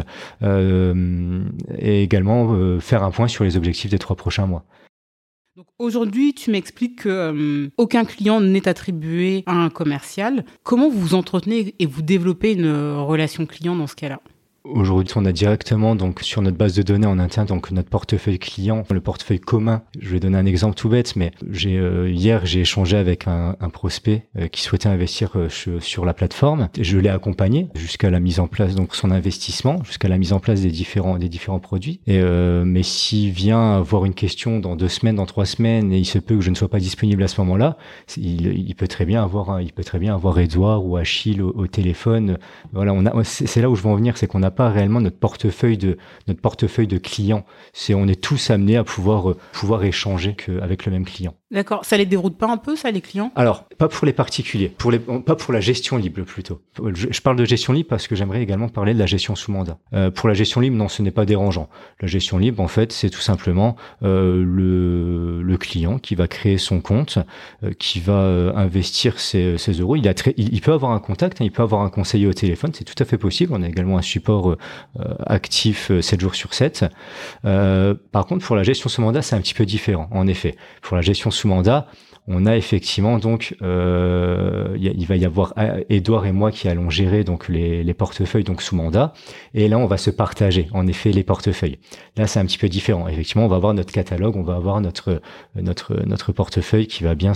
et également faire un point sur les objectifs des 3 prochains mois. Donc aujourd'hui, tu m'expliques que aucun client n'est attribué à un commercial. Comment vous entretenez et vous développez une relation client dans ce cas-là ? Aujourd'hui, on a directement donc sur notre base de données en interne donc notre portefeuille client, le portefeuille commun. Je vais donner un exemple tout bête, mais hier j'ai échangé avec un prospect qui souhaitait investir sur la plateforme. Je l'ai accompagné jusqu'à la mise en place donc son investissement, jusqu'à la mise en place des différents produits. Mais s'il vient avoir une question dans 2 semaines, dans 3 semaines, et il se peut que je ne sois pas disponible à ce moment-là, il peut très bien avoir Edouard ou Achille au téléphone. Voilà, c'est là où je veux en venir, c'est qu'on n'a pas réellement notre portefeuille de clients. On est tous amenés à pouvoir échanger avec le même client. D'accord. Ça les déroute pas un peu, ça, les clients ? Alors, pas pour les particuliers, pas pour la gestion libre plutôt. Je parle de gestion libre parce que j'aimerais également parler de la gestion sous mandat. Pour la gestion libre, non, ce n'est pas dérangeant. La gestion libre, en fait, c'est tout simplement le client qui va créer son compte, qui va investir ses euros. Il peut avoir un contact, il peut avoir un conseiller au téléphone, c'est tout à fait possible. On a également un support actif 7 jours sur 7. Par contre, pour la gestion sous mandat, c'est un petit peu différent. En effet, pour la gestion sous mandat, on a effectivement donc il va y avoir Edouard et moi qui allons gérer donc les portefeuilles donc sous mandat, et là on va se partager en effet les portefeuilles. Là c'est un petit peu différent. Effectivement, on va avoir notre catalogue, on va avoir notre portefeuille qui va bien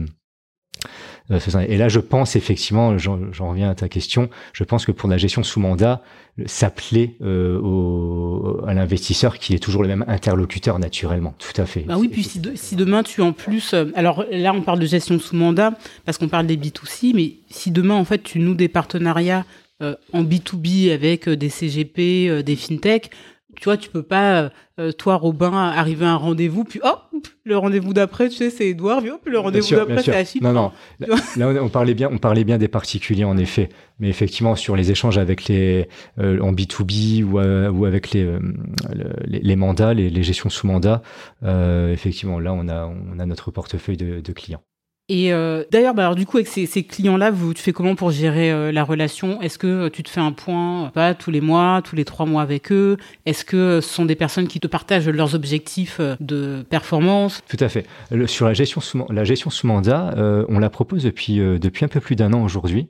et là, je pense effectivement, j'en reviens à ta question, je pense que pour la gestion sous mandat, ça plaît à l'investisseur qui est toujours le même interlocuteur naturellement, tout à fait. Bah oui, puis si demain tu en plus... alors là, on parle de gestion sous mandat parce qu'on parle des B2C, mais si demain, en fait, tu noues des partenariats en B2B avec des CGP, des FinTech, tu vois, tu peux pas, toi, Robin, arriver à un rendez-vous, puis le rendez-vous d'après, tu sais, c'est Edouard, puis le rendez-vous d'après, c'est Achille. Non. Là, on parlait bien des particuliers, en effet. Mais effectivement, sur les échanges avec en B2B ou avec les mandats, les gestions sous mandat, effectivement, là, on a notre portefeuille de clients. Et d'ailleurs, alors du coup, avec ces clients-là, tu fais comment pour gérer la relation ? Est-ce que tu te fais un point tous les mois, tous les 3 mois avec eux ? Est-ce que ce sont des personnes qui te partagent leurs objectifs de performance ? Tout à fait. Sur la gestion sous mandat, on la propose depuis un peu plus d'1 an aujourd'hui.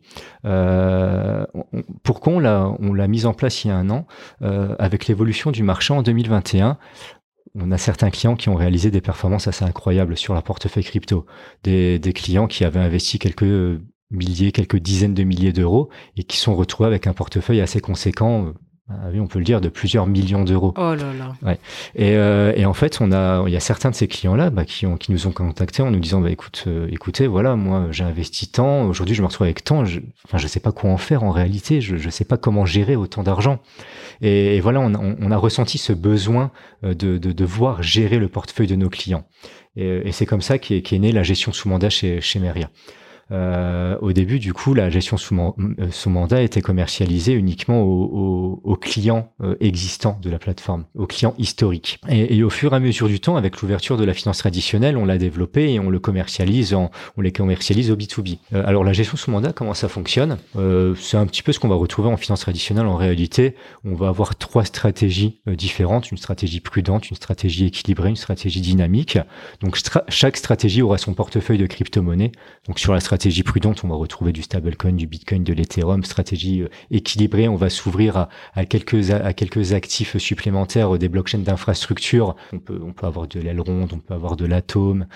Pourquoi on l'a mise en place il y a 1 an avec l'évolution du marché en 2021. On a certains clients qui ont réalisé des performances assez incroyables sur leur portefeuille crypto. Des clients qui avaient investi quelques dizaines de milliers d'euros et qui sont retrouvés avec un portefeuille assez conséquent, on peut le dire, de plusieurs millions d'euros. Oh là là. Ouais. Et en fait, il y a certains de ces clients-là qui nous ont contactés en nous disant écoutez, voilà, moi j'ai investi tant, aujourd'hui je me retrouve avec tant, je sais pas quoi en faire en réalité, je sais pas comment gérer autant d'argent. Et voilà, on a ressenti ce besoin de devoir gérer le portefeuille de nos clients. Et c'est comme ça qu'est née la gestion sous mandat chez Meria. Au début, du coup, la gestion sous mandat était commercialisée uniquement aux clients existants de la plateforme, aux clients historiques. Et au fur et à mesure du temps, avec l'ouverture de la finance traditionnelle, on l'a développé et on les commercialise au B2B. Alors, la gestion sous mandat, comment ça fonctionne ? C'est un petit peu ce qu'on va retrouver en finance traditionnelle. En réalité, on va avoir 3 stratégies différentes, une stratégie prudente, une stratégie équilibrée, une stratégie dynamique. Donc, chaque stratégie aura son portefeuille de crypto-monnaies. Donc, sur la stratégie prudente, on va retrouver du stablecoin, du bitcoin, de l'ethereum. Stratégie équilibrée, on va s'ouvrir à quelques actifs supplémentaires, des blockchains d'infrastructure. On peut avoir de l'Elrond, on peut avoir de l'Atome.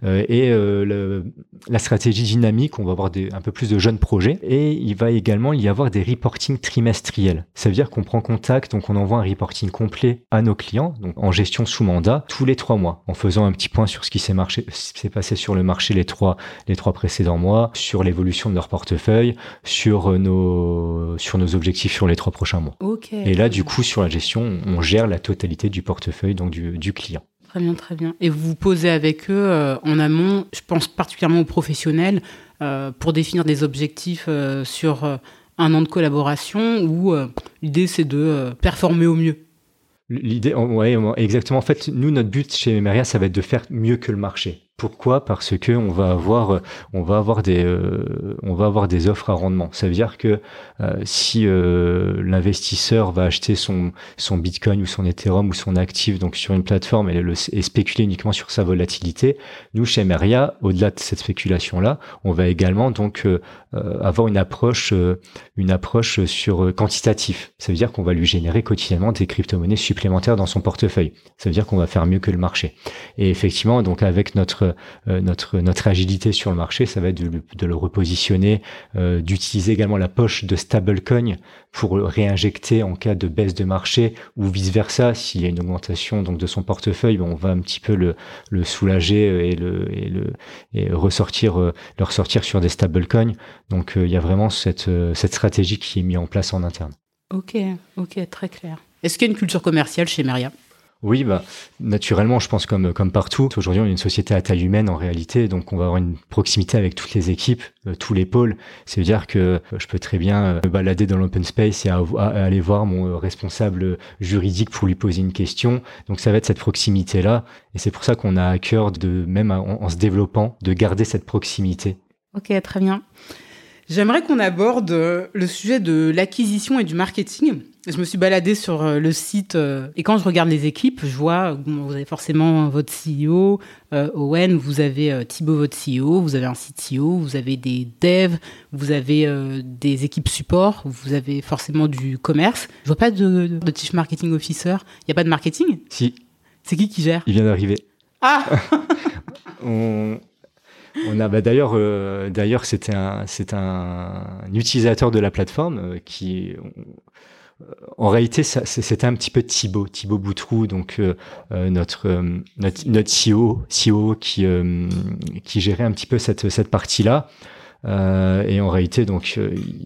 La stratégie dynamique, on va avoir un peu plus de jeunes projets. Et il va également y avoir des reporting trimestriels. Ça veut dire qu'on prend contact, donc on envoie un reporting complet à nos clients, donc en gestion sous mandat, tous les 3 mois, en faisant un petit point sur ce qui s'est passé sur le marché les 3 précédents mois. mois, sur l'évolution de leur portefeuille, sur nos objectifs sur les 3 prochains mois. Okay. Et là, du coup, sur la gestion, on gère la totalité du portefeuille, donc du client. Très bien, très bien. Et vous vous posez avec eux en amont, je pense particulièrement aux professionnels, pour définir des objectifs sur un an de collaboration où l'idée c'est de performer au mieux. L'idée, ouais, exactement. En fait, nous, notre but chez Emeria, ça va être de faire mieux que le marché. Pourquoi ? Parce que on va avoir des offres à rendement. Ça veut dire que si l'investisseur va acheter son Bitcoin ou son Ethereum ou son actif donc sur une plateforme et spéculer uniquement sur sa volatilité, nous chez Emeria, au-delà de cette spéculation-là, on va également donc avoir une approche sur quantitatif. Ça veut dire qu'on va lui générer quotidiennement des crypto-monnaies supplémentaires dans son portefeuille. Ça veut dire qu'on va faire mieux que le marché. Et effectivement, donc avec notre agilité sur le marché, ça va être de le repositionner, d'utiliser également la poche de stablecoin pour réinjecter en cas de baisse de marché ou vice versa. S'il y a une augmentation donc de son portefeuille, on va un petit peu le soulager et le ressortir sur des stablecoins. Donc il y a vraiment cette stratégie qui est mise en place en interne. Ok, très clair. Est-ce qu'il y a une culture commerciale chez Emeria ? Oui, naturellement, je pense comme partout. Aujourd'hui, on est une société à taille humaine en réalité, donc on va avoir une proximité avec toutes les équipes, tous les pôles. C'est-à-dire que je peux très bien me balader dans l'open space et aller voir mon responsable juridique pour lui poser une question. Donc ça va être cette proximité-là, et c'est pour ça qu'on a à cœur même en se développant, de garder cette proximité. Ok, très bien. J'aimerais qu'on aborde le sujet de l'acquisition et du marketing. Je me suis baladée sur le site et quand je regarde les équipes, je vois, vous avez forcément votre CEO, Owen, vous avez Thibaut, votre CEO, vous avez un CTO, vous avez des devs, vous avez des équipes support, vous avez forcément du commerce. Je vois pas de Chief Marketing Officer. Il n'y a pas de marketing ? Si. C'est qui gère ? Il vient d'arriver. Ah On a d'ailleurs c'est un utilisateur de la plateforme qui en réalité c'était un petit peu Thibaut Boutroux, donc notre CEO qui gérait un petit peu cette partie-là, et en réalité donc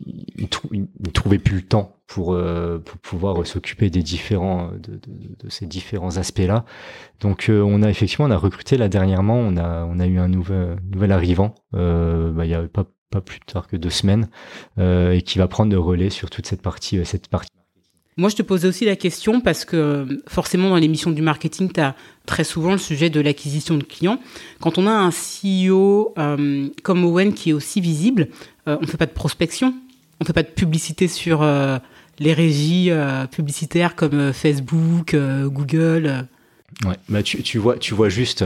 il trouvait plus le temps pour pouvoir s'occuper des de ces différents aspects-là. Donc on a recruté là dernièrement, on a eu un nouvel arrivant il y a pas plus tard que 2 semaines, et qui va prendre le relais sur toute cette partie. Moi, je te posais aussi la question parce que forcément, dans l'émission du marketing, tu as très souvent le sujet de l'acquisition de clients. Quand on a un CEO comme Owen qui est aussi visible, on ne fait pas de prospection, on ne fait pas de publicité sur les régies publicitaires comme Facebook, Google. Ouais, tu vois juste,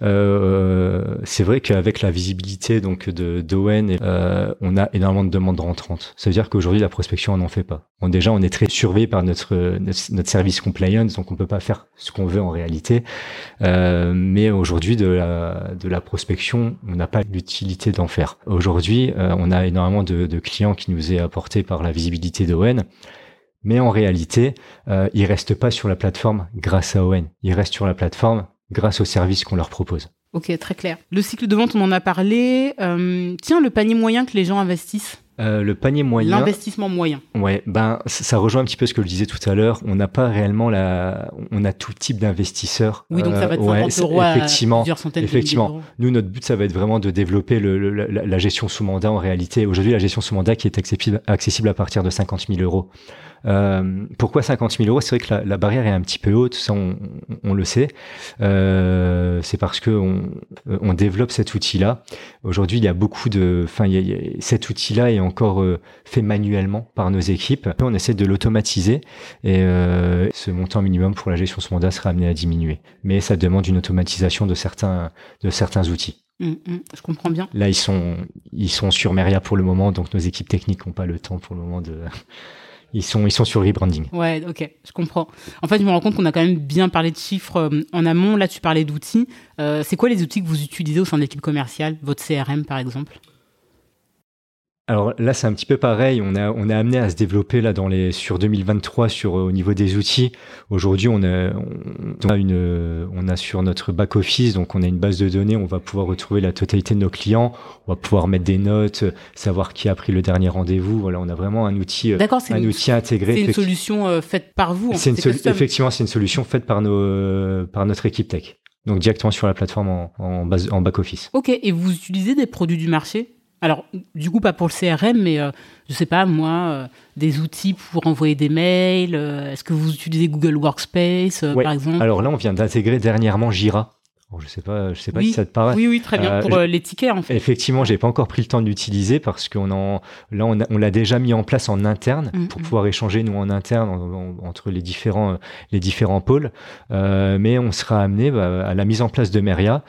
c'est vrai qu'avec la visibilité donc d'Owen, on a énormément de demandes rentrantes. Ça veut dire qu'aujourd'hui la prospection on n'en fait pas. On est très surveillé par notre service compliance, donc on peut pas faire ce qu'on veut en réalité. Mais aujourd'hui de la prospection, on n'a pas l'utilité d'en faire. Aujourd'hui, on a énormément de clients qui nous est apporté par la visibilité d'Owen. Mais en réalité, ils restent pas sur la plateforme grâce à Owen. Ils restent sur la plateforme grâce aux services qu'on leur propose. Ok, très clair. Le cycle de vente, on en a parlé. Le panier moyen que les gens investissent. Le panier moyen. L'investissement moyen. Ouais, ça rejoint un petit peu ce que je disais tout à l'heure. On n'a pas réellement on a tout type d'investisseurs. Oui, donc ça va de 50 euros à plusieurs centaines de milliers d'euros. Nous, notre but, ça va être vraiment de développer la gestion sous mandat en réalité. Aujourd'hui, la gestion sous mandat qui est accessible à partir de 50 000 euros. Pourquoi 50 000 euros ? C'est vrai que la barrière est un petit peu haute, ça on le sait. C'est parce que on développe cet outil-là. Aujourd'hui, il y a beaucoup cet outil-là est encore fait manuellement par nos équipes. On essaie de l'automatiser et ce montant minimum pour la gestion sous mandat sera amené à diminuer. Mais ça demande une automatisation de certains outils. Je comprends bien. Là, ils sont sur Meria pour le moment, donc nos équipes techniques n'ont pas le temps pour le moment de... Ils sont sur le rebranding. Ouais, ok, je comprends. En fait, je me rends compte qu'on a quand même bien parlé de chiffres en amont. Là, tu parlais d'outils. C'est quoi les outils que vous utilisez au sein de l'équipe commerciale ? Votre CRM, par exemple ? Alors là, c'est un petit peu pareil. On est amené à se développer là sur 2023 au niveau des outils. Aujourd'hui, on a sur notre back office, donc on a une base de données. On va pouvoir retrouver la totalité de nos clients. On va pouvoir mettre des notes, savoir qui a pris le dernier rendez-vous. Voilà, on a vraiment un outil, outil intégré. C'est une solution faite par vous. Effectivement, c'est une solution faite par notre équipe tech. Donc directement sur la plateforme en back office. Ok. Et vous utilisez des produits du marché? Alors, du coup, pas pour le CRM, mais je sais pas, moi, des outils pour envoyer des mails. Est-ce que vous utilisez Google Workspace, par exemple? Alors là, on vient d'intégrer dernièrement Jira. Bon, je sais pas si ça te parle. Oui, très bien, pour les tickets, en fait. Effectivement, j'ai pas encore pris le temps de l'utiliser parce qu'on l'a déjà mis en place en interne pour pouvoir échanger, nous, en interne, entre les différents pôles. Mais on sera amené à la mise en place de Meria,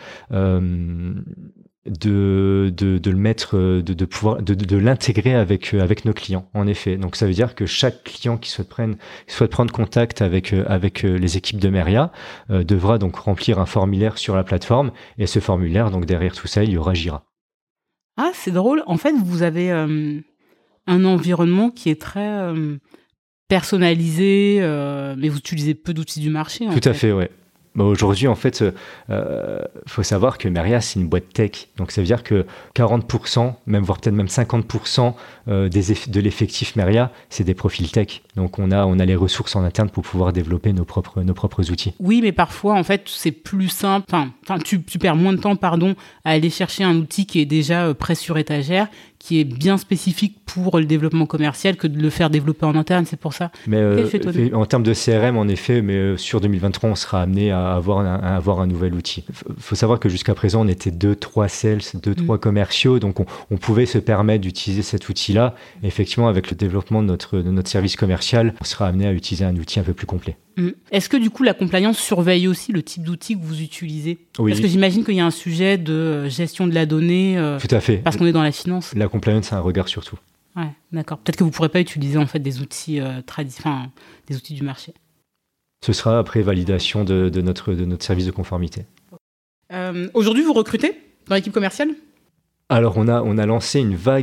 de le mettre, de l'intégrer avec nos clients, en effet. Donc ça veut dire que chaque client qui souhaite prendre contact avec les équipes de Meria devra donc remplir un formulaire sur la plateforme, et ce formulaire, donc derrière tout ça, il y aura Jira. Ah, c'est drôle. En fait, vous avez un environnement qui est très personnalisé, mais vous utilisez peu d'outils du marché. Tout à fait, ouais. Aujourd'hui, en fait, faut savoir que Meria, c'est une boîte tech. Donc, ça veut dire que 40%, voire peut-être même 50% de l'effectif Meria, c'est des profils tech. Donc, on a les ressources en interne pour pouvoir développer nos propres outils. Oui, mais parfois, en fait, c'est plus simple. Enfin, tu perds moins de temps, à aller chercher un outil qui est déjà prêt sur étagère, qui est bien spécifique pour le développement commercial, que de le faire développer en interne, c'est pour ça. Mais en termes de CRM, en effet, mais sur 2023, on sera amené à avoir un nouvel outil. Faut savoir que jusqu'à présent, on était 2-3 sales, 2-3 commerciaux, donc on pouvait se permettre d'utiliser cet outil-là. Et effectivement, avec le développement de notre service commercial, on sera amené à utiliser un outil un peu plus complet. Est-ce que du coup la compliance surveille aussi le type d'outil que vous utilisez? Oui. Parce que j'imagine qu'il y a un sujet de gestion de la donnée. Tout à fait. Parce qu'on est dans la finance. La compliance, c'est un regard sur tout. Ouais, d'accord. Peut-être que vous ne pourrez pas utiliser en fait des outils des outils du marché. Ce sera après validation de notre service de conformité. Aujourd'hui, vous recrutez dans l'équipe commerciale? Alors, on a lancé une vague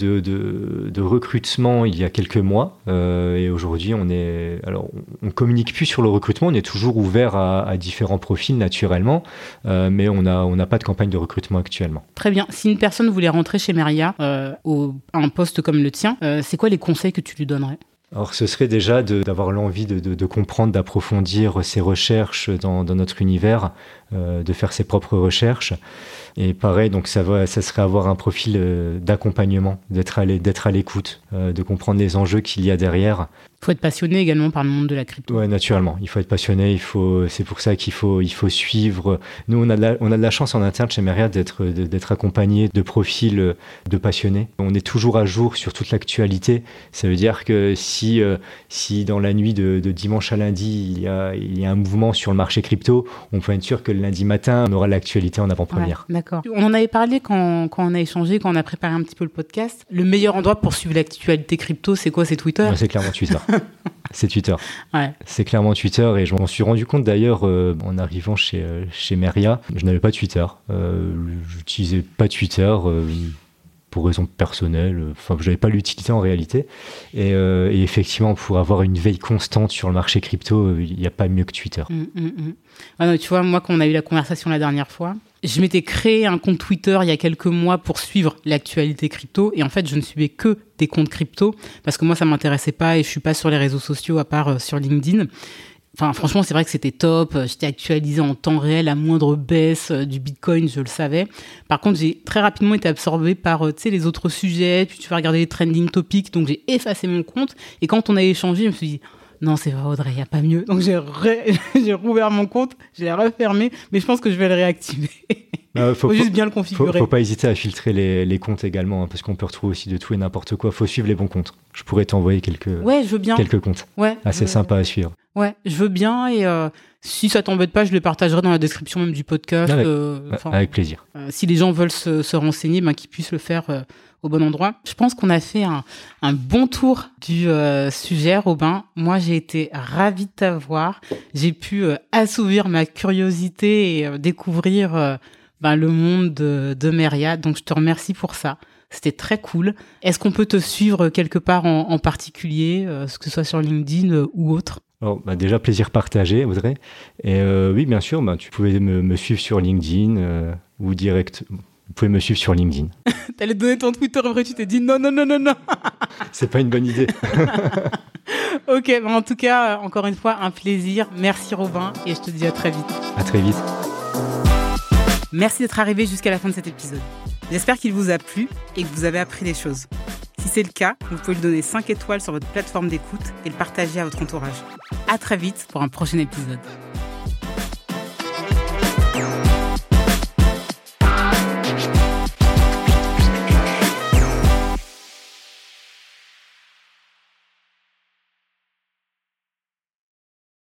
de recrutement il y a quelques mois, et aujourd'hui, on communique plus sur le recrutement, on est toujours ouvert à différents profils naturellement, mais on n'a pas de campagne de recrutement actuellement. Très bien. Si une personne voulait rentrer chez Meria, à un poste comme le tien, c'est quoi les conseils que tu lui donnerais? Alors, ce serait déjà d'avoir l'envie de comprendre, d'approfondir ses recherches dans notre univers, de faire ses propres recherches. Et pareil, donc ça serait avoir un profil d'accompagnement, d'être à l'écoute, de comprendre les enjeux qu'il y a derrière. Il faut être passionné également par le monde de la crypto. Ouais, naturellement. Il faut être passionné. C'est pour ça qu'il faut suivre. Nous, on a de la chance en interne chez Meria d'être accompagné de profils de passionnés. On est toujours à jour sur toute l'actualité. Ça veut dire que si dans la nuit de dimanche à lundi, il y a un mouvement sur le marché crypto, on peut être sûr que le lundi matin, on aura l'actualité en avant-première. Ouais, d'accord. On en avait parlé quand on a échangé, quand on a préparé un petit peu le podcast. Le meilleur endroit pour suivre l'actualité crypto, c'est quoi? C'est Twitter? Ouais, c'est clairement Twitter. C'est Twitter. Ouais. C'est clairement Twitter, et je m'en suis rendu compte d'ailleurs en arrivant chez Meria. Je n'avais pas Twitter. J'utilisais pas Twitter pour raisons personnelles. Enfin, j'avais pas l'utilité en réalité. Et effectivement, pour avoir une veille constante sur le marché crypto, il n'y a pas mieux que Twitter. Ah non, tu vois, moi, quand on a eu la conversation la dernière fois, je m'étais créé un compte Twitter il y a quelques mois pour suivre l'actualité crypto, et en fait je ne suivais que des comptes crypto parce que moi ça m'intéressait pas et je suis pas sur les réseaux sociaux à part sur LinkedIn. Enfin, franchement, c'est vrai que c'était top. J'étais actualisé en temps réel à moindre baisse du Bitcoin, je le savais. Par contre, j'ai très rapidement été absorbé par les autres sujets. Puis tu vas regarder les trending topics, donc j'ai effacé mon compte. Et quand on a échangé, je me suis dit non, c'est vrai, Audrey, il n'y a pas mieux. Donc, j'ai rouvert mon compte, je l'ai refermé, mais je pense que je vais le réactiver. Faut juste bien le configurer. Faut pas hésiter à filtrer les comptes également, parce qu'on peut retrouver aussi de tout et n'importe quoi. Faut suivre les bons comptes. Je pourrais t'envoyer quelques comptes. Ouais, assez sympa à suivre. Ouais, je veux bien, et si ça t'embête pas, je les partagerai dans la description même du podcast. Avec plaisir. Si les gens veulent se renseigner, qu'ils puissent le faire au bon endroit. Je pense qu'on a fait un bon tour du sujet, Robin. Moi, j'ai été ravie de t'avoir. J'ai pu assouvir ma curiosité et découvrir le monde de Meria. Donc, je te remercie pour ça. C'était très cool. Est-ce qu'on peut te suivre quelque part en particulier, que ce soit sur LinkedIn ou autre? Alors, déjà, plaisir partagé, Audrey. Et oui, bien sûr, tu pouvais me suivre sur LinkedIn ou direct. Vous pouvez me suivre sur LinkedIn. T'allais te donner ton Twitter, après tu t'es dit non. C'est pas une bonne idée. Ok, en tout cas, encore une fois, un plaisir. Merci Robin et je te dis à très vite. À très vite. Merci d'être arrivé jusqu'à la fin de cet épisode. J'espère qu'il vous a plu et que vous avez appris des choses. Si c'est le cas, vous pouvez lui donner 5 étoiles sur votre plateforme d'écoute et le partager à votre entourage. À très vite pour un prochain épisode.